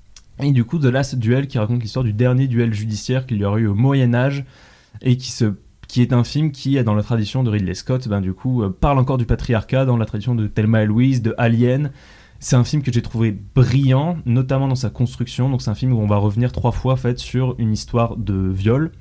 Speaker 4: Et du coup, The Last Duel, qui raconte l'histoire du dernier duel judiciaire qu'il y aurait eu au Moyen-Âge, et qui se qui est un film qui, dans la tradition de Ridley Scott, ben, du coup, euh, parle encore du patriarcat, dans la tradition de Thelma et Louise, de Alien. C'est un film que j'ai trouvé brillant, notamment dans sa construction. Donc c'est un film où on va revenir trois fois en fait, sur une histoire de viol.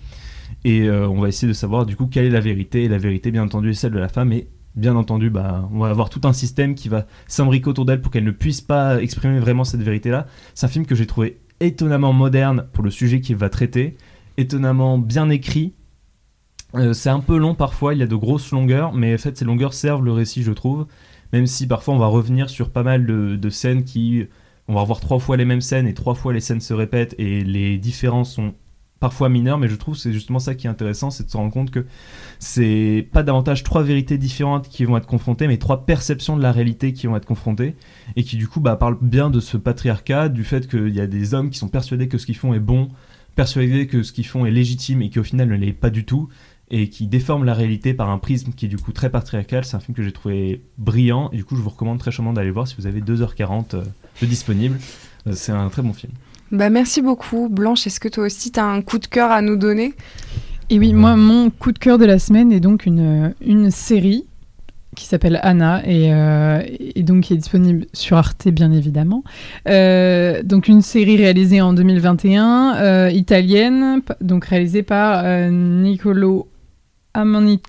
Speaker 4: Et euh, on va essayer de savoir du coup quelle est la vérité. Et la vérité, bien entendu, est celle de la femme. Et bien entendu, bah, on va avoir tout un système qui va s'imbriquer autour d'elle pour qu'elle ne puisse pas exprimer vraiment cette vérité-là. C'est un film que j'ai trouvé étonnamment moderne pour le sujet qu'il va traiter, étonnamment bien écrit. Euh, c'est un peu long parfois, il y a de grosses longueurs, mais en fait ces longueurs servent le récit, je trouve. Même si parfois on va revenir sur pas mal de, de scènes qui... On va revoir trois fois les mêmes scènes et trois fois les scènes se répètent et les différences sont parfois mineures, mais je trouve que c'est justement ça qui est intéressant, c'est de se rendre compte que c'est pas davantage trois vérités différentes qui vont être confrontées, mais trois perceptions de la réalité qui vont être confrontées et qui du coup bah, parlent bien de ce patriarcat, du fait qu'il y a des hommes qui sont persuadés que ce qu'ils font est bon, persuadés que ce qu'ils font est légitime et qui au final ne l'est pas du tout, et qui déforme la réalité par un prisme qui est du coup très patriarcal. C'est un film que j'ai trouvé brillant et du coup je vous recommande très chaudement d'aller voir si vous avez deux heures quarante euh, de disponible. Euh, c'est un très bon film.
Speaker 2: Bah merci beaucoup Blanche, est-ce que toi aussi tu as un coup de cœur à nous donner ?
Speaker 5: Et oui, moi mon coup de cœur de la semaine est donc une, une série qui s'appelle Anna et, euh, et donc qui est disponible sur Arte bien évidemment. Euh, donc une série réalisée en deux mille vingt et un, euh, italienne, donc réalisée par euh, Niccolò Amaniti,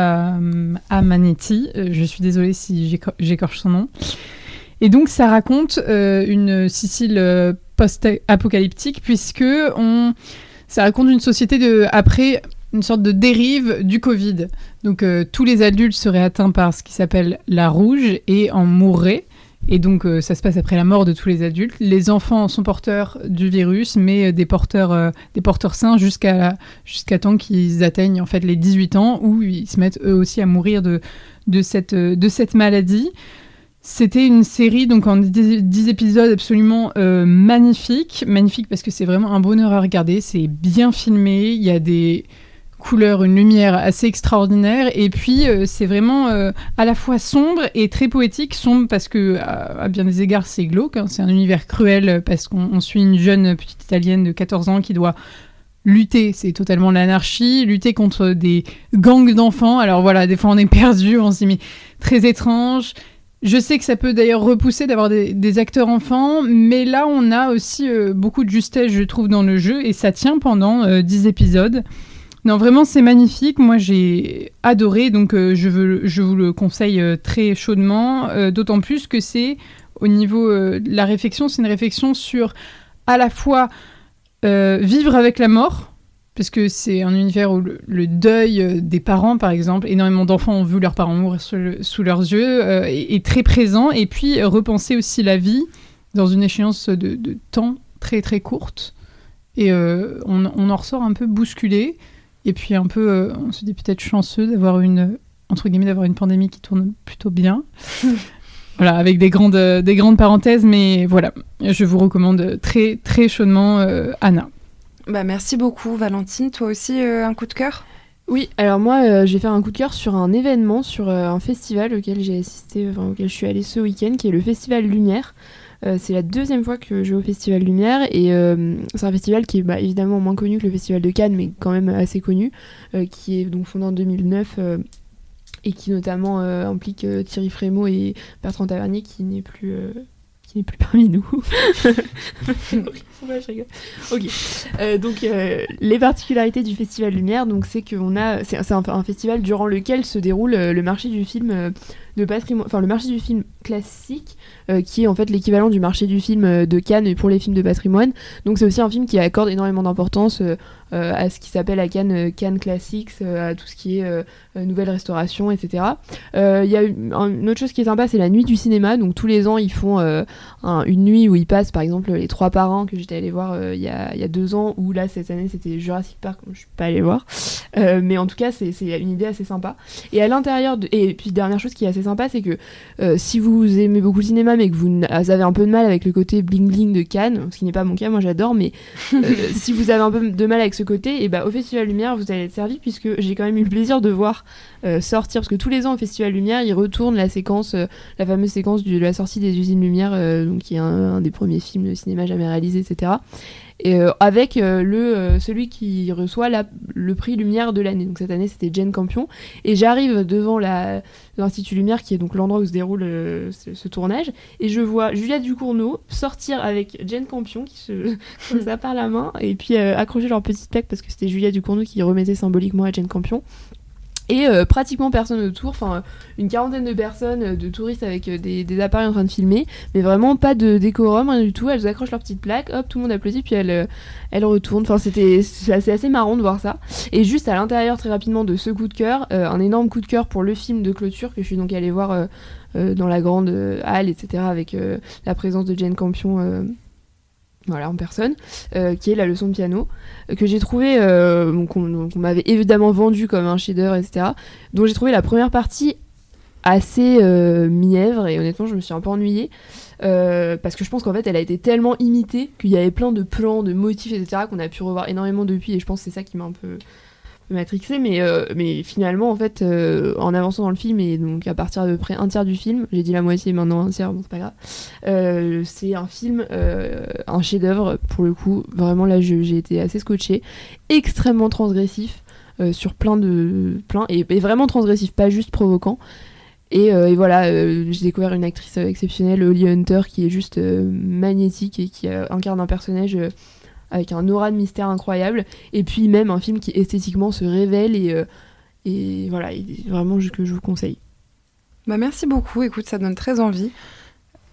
Speaker 5: euh, Amanetti, euh, je suis désolée si j'écor- j'écorche son nom. Et donc ça raconte euh, une Sicile euh, post-apocalyptique puisque on, ça raconte une société de, après une sorte de dérive du Covid. Donc euh, tous les adultes seraient atteints par ce qui s'appelle la rouge et en mourraient. Et donc euh, ça se passe après la mort de tous les adultes. Les enfants sont porteurs du virus, mais des porteurs, euh, des porteurs sains jusqu'à, jusqu'à temps qu'ils atteignent en fait les dix-huit ans, où ils se mettent eux aussi à mourir de, de, cette, de cette maladie. C'était une série donc en dix épisodes absolument euh, magnifique. Magnifique parce que c'est vraiment un bonheur à regarder. C'est bien filmé, il y a des couleurs, une lumière assez extraordinaire. Et puis, euh, c'est vraiment euh, à la fois sombre et très poétique. Sombre parce que, à, à bien des égards, c'est glauque. Hein. C'est un univers cruel parce qu'on on suit une jeune petite Italienne de quatorze ans qui doit lutter, c'est totalement l'anarchie, lutter contre des gangs d'enfants. Alors voilà, des fois on est perdu, on se dit mais très étrange. Je sais que ça peut d'ailleurs repousser d'avoir des, des acteurs enfants, mais là on a aussi euh, beaucoup de justesse, je trouve, dans le jeu, et ça tient pendant euh, dix épisodes. Non, vraiment, c'est magnifique. Moi, j'ai adoré, donc euh, je, veux, je vous le conseille euh, très chaudement, euh, d'autant plus que c'est, au niveau euh, de la réflexion, c'est une réflexion sur à la fois euh, vivre avec la mort, parce que c'est un univers où le, le deuil des parents, par exemple, énormément d'enfants ont vu leurs parents mourir sous, le, sous leurs yeux, euh, est, est très présent, et puis euh, repenser aussi la vie dans une échéance de, de temps très très courte, et euh, on, on en ressort un peu bousculé, et puis un peu, euh, on se dit peut-être chanceux d'avoir une, entre guillemets, d'avoir une pandémie qui tourne plutôt bien. Voilà, avec des grandes, euh, des grandes parenthèses, mais voilà, je vous recommande très très chaudement euh, Anna.
Speaker 2: Bah, merci beaucoup Valentine, toi aussi euh, un coup de cœur ?
Speaker 3: Oui, alors moi euh, j'ai fait un coup de cœur sur un événement, sur euh, un festival auquel j'ai assisté, enfin, auquel je suis allée ce week-end, qui est le Festival Lumière. Euh, c'est la deuxième fois que je vais au Festival Lumière et euh, c'est un festival qui est bah, évidemment moins connu que le Festival de Cannes, mais quand même assez connu, euh, qui est donc fondé en deux mille neuf euh, et qui notamment euh, implique euh, Thierry Frémaux et Bertrand Tavernier qui n'est plus... Euh, qui n'est plus parmi nous. Ouais, je rigole. Ok. Euh, donc euh, les particularités du Festival Lumière, donc c'est qu'on a, c'est, c'est un, un festival durant lequel se déroule euh, le marché du film euh, de patrimoine, enfin le marché du film classique, euh, qui est en fait l'équivalent du marché du film euh, de Cannes pour les films de patrimoine. Donc c'est aussi un film qui accorde énormément d'importance euh, euh, à ce qui s'appelle à Cannes euh, Cannes Classics, euh, à tout ce qui est euh, euh, nouvelle restauration, et cetera. Il euh, y a une, une autre chose qui est sympa, c'est la nuit du cinéma. Donc tous les ans ils font euh, un, une nuit où ils passent par exemple les Trois Parrains que j'étais allée voir il euh, y, a, y a deux ans, où là cette année c'était Jurassic Park, je suis pas allée voir, euh, mais en tout cas c'est, c'est une idée assez sympa. Et à l'intérieur de... et puis dernière chose qui est assez sympa, c'est que euh, si vous aimez beaucoup le cinéma mais que vous avez un peu de mal avec le côté bling bling de Cannes, ce qui n'est pas mon cas, moi j'adore, mais euh, si vous avez un peu de mal avec ce côté, et bah au Festival Lumière vous allez être servi, puisque j'ai quand même eu le plaisir de voir euh, sortir, parce que tous les ans au Festival Lumière ils retournent la séquence, euh, la fameuse séquence de la sortie des Usines Lumière, euh, donc qui est un, un des premiers films de cinéma jamais réalisés, et cetera. Et euh, avec euh, le, euh, celui qui reçoit la, le prix Lumière de l'année. Donc cette année c'était Jane Campion, et j'arrive devant la, l'Institut Lumière, qui est donc l'endroit où se déroule euh, ce, ce tournage, et je vois Juliette Ducournau sortir avec Jane Campion qui se comme ça par la main, et puis euh, accrocher leur petite plaque, parce que c'était Juliette Ducournau qui remettait symboliquement à Jane Campion. Et euh, pratiquement personne autour, enfin une quarantaine de personnes, euh, de touristes avec euh, des, des appareils en train de filmer, mais vraiment pas de décorum, rien du tout. Elles accrochent leur petite plaque, hop, tout le monde applaudit, puis elles, euh, elles retournent. Enfin, c'était c'est assez, assez marrant de voir ça. Et juste à l'intérieur, très rapidement, de ce coup de cœur, euh, un énorme coup de cœur pour le film de clôture que je suis donc allée voir euh, euh, dans la grande euh, halle, et cetera, avec euh, la présence de Jane Campion. Euh, Voilà, en personne, euh, qui est la leçon de piano, euh, que j'ai trouvé, euh, qu'on, qu'on m'avait évidemment vendu comme un chef-d'œuvre, et cetera, dont j'ai trouvé la première partie assez euh, mièvre, et honnêtement, je me suis un peu ennuyée, euh, parce que je pense qu'en fait, elle a été tellement imitée qu'il y avait plein de plans, de motifs, et cetera, qu'on a pu revoir énormément depuis, et je pense que c'est ça qui m'a un peu matrixée, mais, euh, mais finalement, en fait, euh, en avançant dans le film, et donc à partir de près un tiers du film, j'ai dit la moitié, maintenant un tiers, bon, c'est pas grave, euh, c'est un film, euh, un chef-d'œuvre, pour le coup, vraiment là, je, j'ai été assez scotchée, extrêmement transgressif, euh, sur plein de... plein, et, et vraiment transgressif, pas juste provoquant. Et, euh, et voilà, euh, j'ai découvert une actrice exceptionnelle, Holly Hunter, qui est juste euh, magnétique, et qui euh, incarne un personnage... Euh, avec un aura de mystère incroyable, et puis même un film qui esthétiquement se révèle, et, euh, et voilà, et vraiment que je vous conseille.
Speaker 2: Bah merci beaucoup, écoute, ça donne très envie. Juliette ?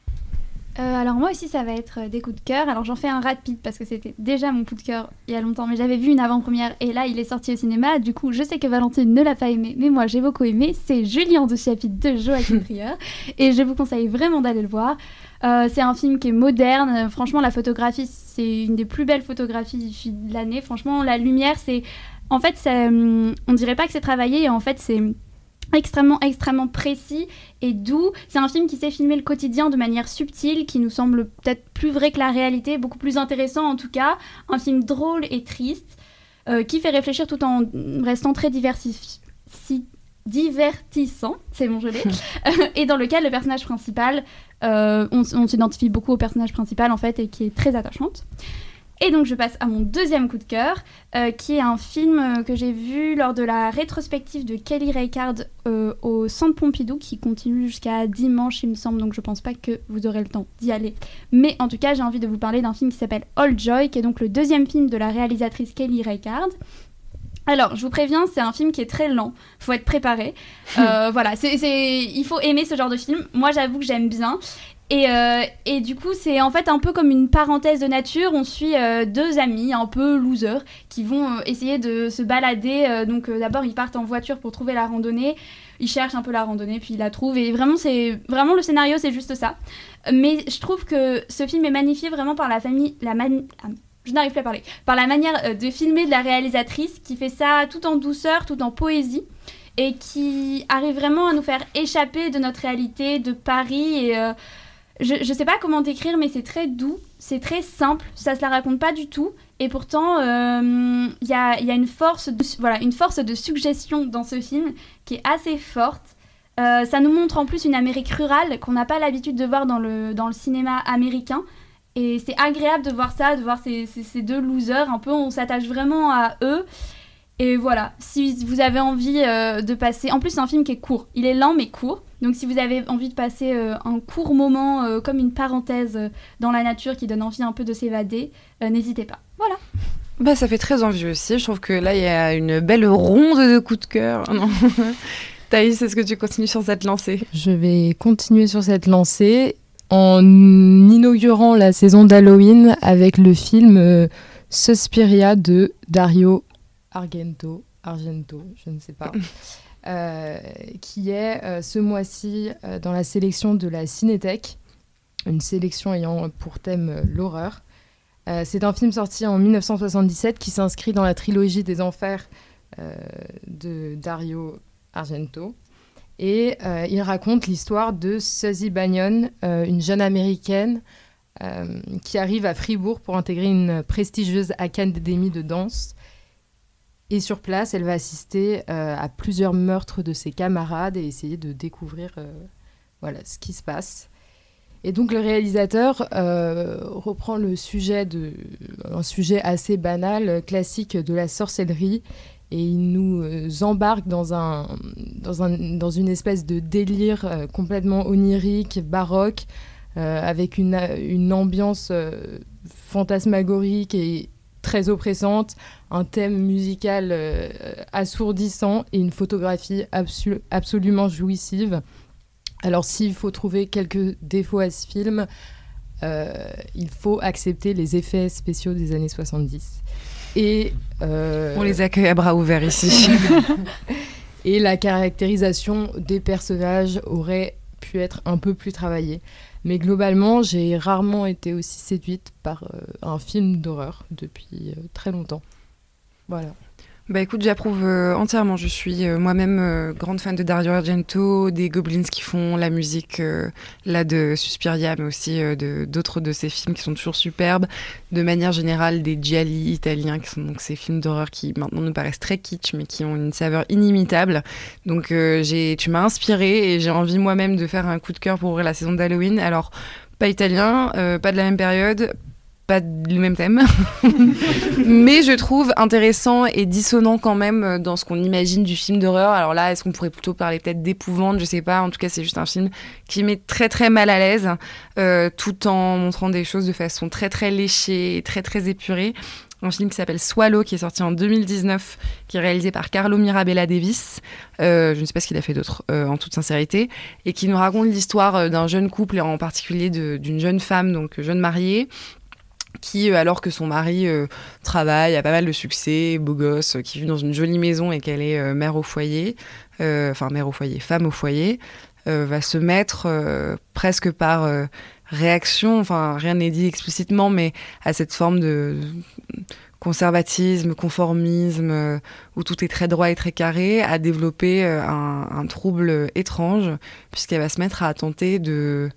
Speaker 6: Euh, alors moi aussi ça va être des coups de cœur. Alors j'en fais un rapide parce que c'était déjà mon coup de cœur il y a longtemps, mais j'avais vu une avant-première et là il est sorti au cinéma. Du coup je sais que Valentine ne l'a pas aimé, mais moi j'ai beaucoup aimé. C'est Julien de Chapitre de Joachim Trier et je vous conseille vraiment d'aller le voir. Euh, c'est un film qui est moderne. Franchement la photographie c'est une des plus belles photographies de l'année. Franchement la lumière c'est... En fait c'est... on dirait pas que c'est travaillé et en fait c'est... extrêmement extrêmement précis et doux. C'est un film qui sait filmer le quotidien de manière subtile, qui nous semble peut-être plus vrai que la réalité, beaucoup plus intéressant en tout cas. Un film drôle et triste, euh, qui fait réfléchir tout en restant très diversif- si- divertissant, c'est bon je l'ai, et dans lequel le personnage principal, euh, on, on s'identifie beaucoup au personnage principal en fait, et qui est très attachante. Et donc je passe à mon deuxième coup de cœur, euh, qui est un film euh, que j'ai vu lors de la rétrospective de Kelly Reichardt euh, au Centre Pompidou, qui continue jusqu'à dimanche il me semble, donc je pense pas que vous aurez le temps d'y aller. Mais en tout cas j'ai envie de vous parler d'un film qui s'appelle Old Joy, qui est donc le deuxième film de la réalisatrice Kelly Reichardt. Alors, je vous préviens, c'est un film qui est très lent, faut être préparé. Euh, voilà, c'est, c'est... il faut aimer ce genre de film. Moi, j'avoue que j'aime bien. Et, euh, et du coup, c'est en fait un peu comme une parenthèse de nature. On suit euh, deux amis un peu losers qui vont euh, essayer de se balader. Euh, donc euh, d'abord, ils partent en voiture pour trouver la randonnée. Ils cherchent un peu la randonnée, puis ils la trouvent. Et vraiment, c'est vraiment le scénario, c'est juste ça. Mais je trouve que ce film est magnifié vraiment par la famille... La mani... Je n'arrive plus à parler. Par la manière de filmer de la réalisatrice, qui fait ça tout en douceur, tout en poésie, et qui arrive vraiment à nous faire échapper de notre réalité de Paris. Et euh, je ne sais pas comment décrire, mais c'est très doux, c'est très simple, ça ne se la raconte pas du tout. Et pourtant, il euh, y, a, y a une force, de, voilà, une force de suggestion dans ce film qui est assez forte. Euh, ça nous montre en plus une Amérique rurale qu'on n'a pas l'habitude de voir dans le, dans le cinéma américain. Et c'est agréable de voir ça, de voir ces, ces, ces deux losers, un peu, on s'attache vraiment à eux. Et voilà, si vous avez envie euh, de passer... En plus, c'est un film qui est court. Il est lent, mais court. Donc si vous avez envie de passer euh, un court moment, euh, comme une parenthèse euh, dans la nature qui donne envie un peu de s'évader, euh, n'hésitez pas. Voilà.
Speaker 2: Bah, ça fait très envie aussi. Je trouve que là, il y a une belle ronde de coups de cœur. Non. Thaïs, est-ce que tu continues sur cette lancée ?
Speaker 12: Je vais continuer sur cette lancée en inaugurant la saison d'Halloween avec le film euh, Suspiria de Dario Argento, Argento, je ne sais pas, euh, qui est euh, ce mois-ci euh, dans la sélection de la Cinétech, une sélection ayant pour thème euh, l'horreur. Euh, c'est un film sorti en dix-neuf cent soixante-dix-sept qui s'inscrit dans la trilogie des Enfers euh, de Dario Argento. Et euh, il raconte l'histoire de Suzy Bannion, euh, une jeune américaine euh, qui arrive à Fribourg pour intégrer une prestigieuse académie de danse. Et sur place, elle va assister euh, à plusieurs meurtres de ses camarades et essayer de découvrir euh, voilà, ce qui se passe. Et donc le réalisateur euh, reprend le sujet de, un sujet assez banal, classique de la sorcellerie, et il nous euh, embarque dans, un, dans, un, dans une espèce de délire euh, complètement onirique, baroque, euh, avec une, une ambiance euh, fantasmagorique et très oppressante, un thème musical euh, assourdissant et une photographie absu- absolument jouissive. Alors s'il faut trouver quelques défauts à ce film, euh, il faut accepter les effets spéciaux des années soixante-dix. Et, euh...
Speaker 2: on les accueille à bras ouverts ici.
Speaker 12: Et la caractérisation des personnages aurait pu être un peu plus travaillée. Mais globalement, j'ai rarement été aussi séduite par euh, un film d'horreur depuis euh, très longtemps. Voilà.
Speaker 2: Bah écoute, j'approuve euh, entièrement. Je suis euh, moi-même euh, grande fan de Dario Argento, des Goblins qui font la musique euh, là de Suspiria, mais aussi euh, de, d'autres de ces films qui sont toujours superbes. De manière générale, des gialli italiens, qui sont donc ces films d'horreur qui maintenant nous paraissent très kitsch, mais qui ont une saveur inimitable. Donc euh, j'ai, tu m'as inspirée et j'ai envie moi-même de faire un coup de cœur pour ouvrir la saison d'Halloween. Alors, pas italien, euh, pas de la même période, pas le même thème, mais je trouve intéressant et dissonant quand même dans ce qu'on imagine du film d'horreur. Alors là, est-ce qu'on pourrait plutôt parler peut-être d'épouvante ? Je sais pas. En tout cas, c'est juste un film qui met très très mal à l'aise, euh, tout en montrant des choses de façon très très léchée et très très épurée. Un film qui s'appelle Swallow, qui est sorti en deux mille dix-neuf, qui est réalisé par Carlo Mirabella Davis. Euh, je ne sais pas ce qu'il a fait d'autre, euh, en toute sincérité, et qui nous raconte l'histoire d'un jeune couple, et en particulier de, d'une jeune femme, donc jeune mariée, qui, alors que son mari euh, travaille, a pas mal de succès, beau gosse, euh, qui vit dans une jolie maison et qu'elle est euh, mère au foyer, euh, enfin mère au foyer, femme au foyer, euh, va se mettre euh, presque par euh, réaction, enfin rien n'est dit explicitement, mais à cette forme de conservatisme, conformisme, euh, où tout est très droit et très carré, à développer euh, un, un trouble étrange, puisqu'elle va se mettre à tenter de,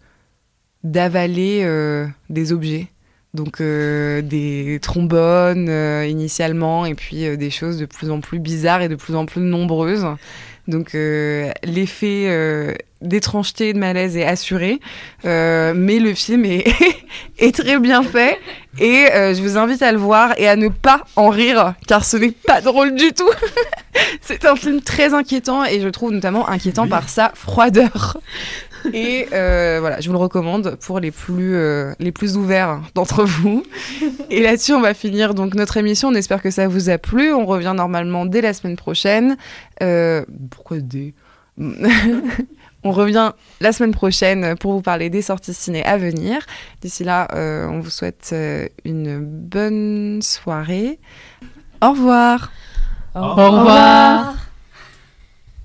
Speaker 2: d'avaler euh, des objets. Donc euh, des trombones euh, initialement, et puis euh, des choses de plus en plus bizarres et de plus en plus nombreuses. Donc euh, l'effet euh, d'étrangeté et de malaise est assuré, euh, mais le film est, est très bien fait, et euh, je vous invite à le voir et à ne pas en rire, car ce n'est pas drôle du tout. C'est un film très inquiétant, et je trouve notamment inquiétant oui. par sa froideur. Et euh, voilà, je vous le recommande pour les plus, euh, les plus ouverts d'entre vous. Et là-dessus, on va finir donc notre émission. On espère que ça vous a plu. On revient normalement dès la semaine prochaine. Euh, pourquoi dès On revient la semaine prochaine pour vous parler des sorties ciné à venir. D'ici là, euh, on vous souhaite euh, une bonne soirée. Au revoir.
Speaker 5: Au revoir. Au revoir.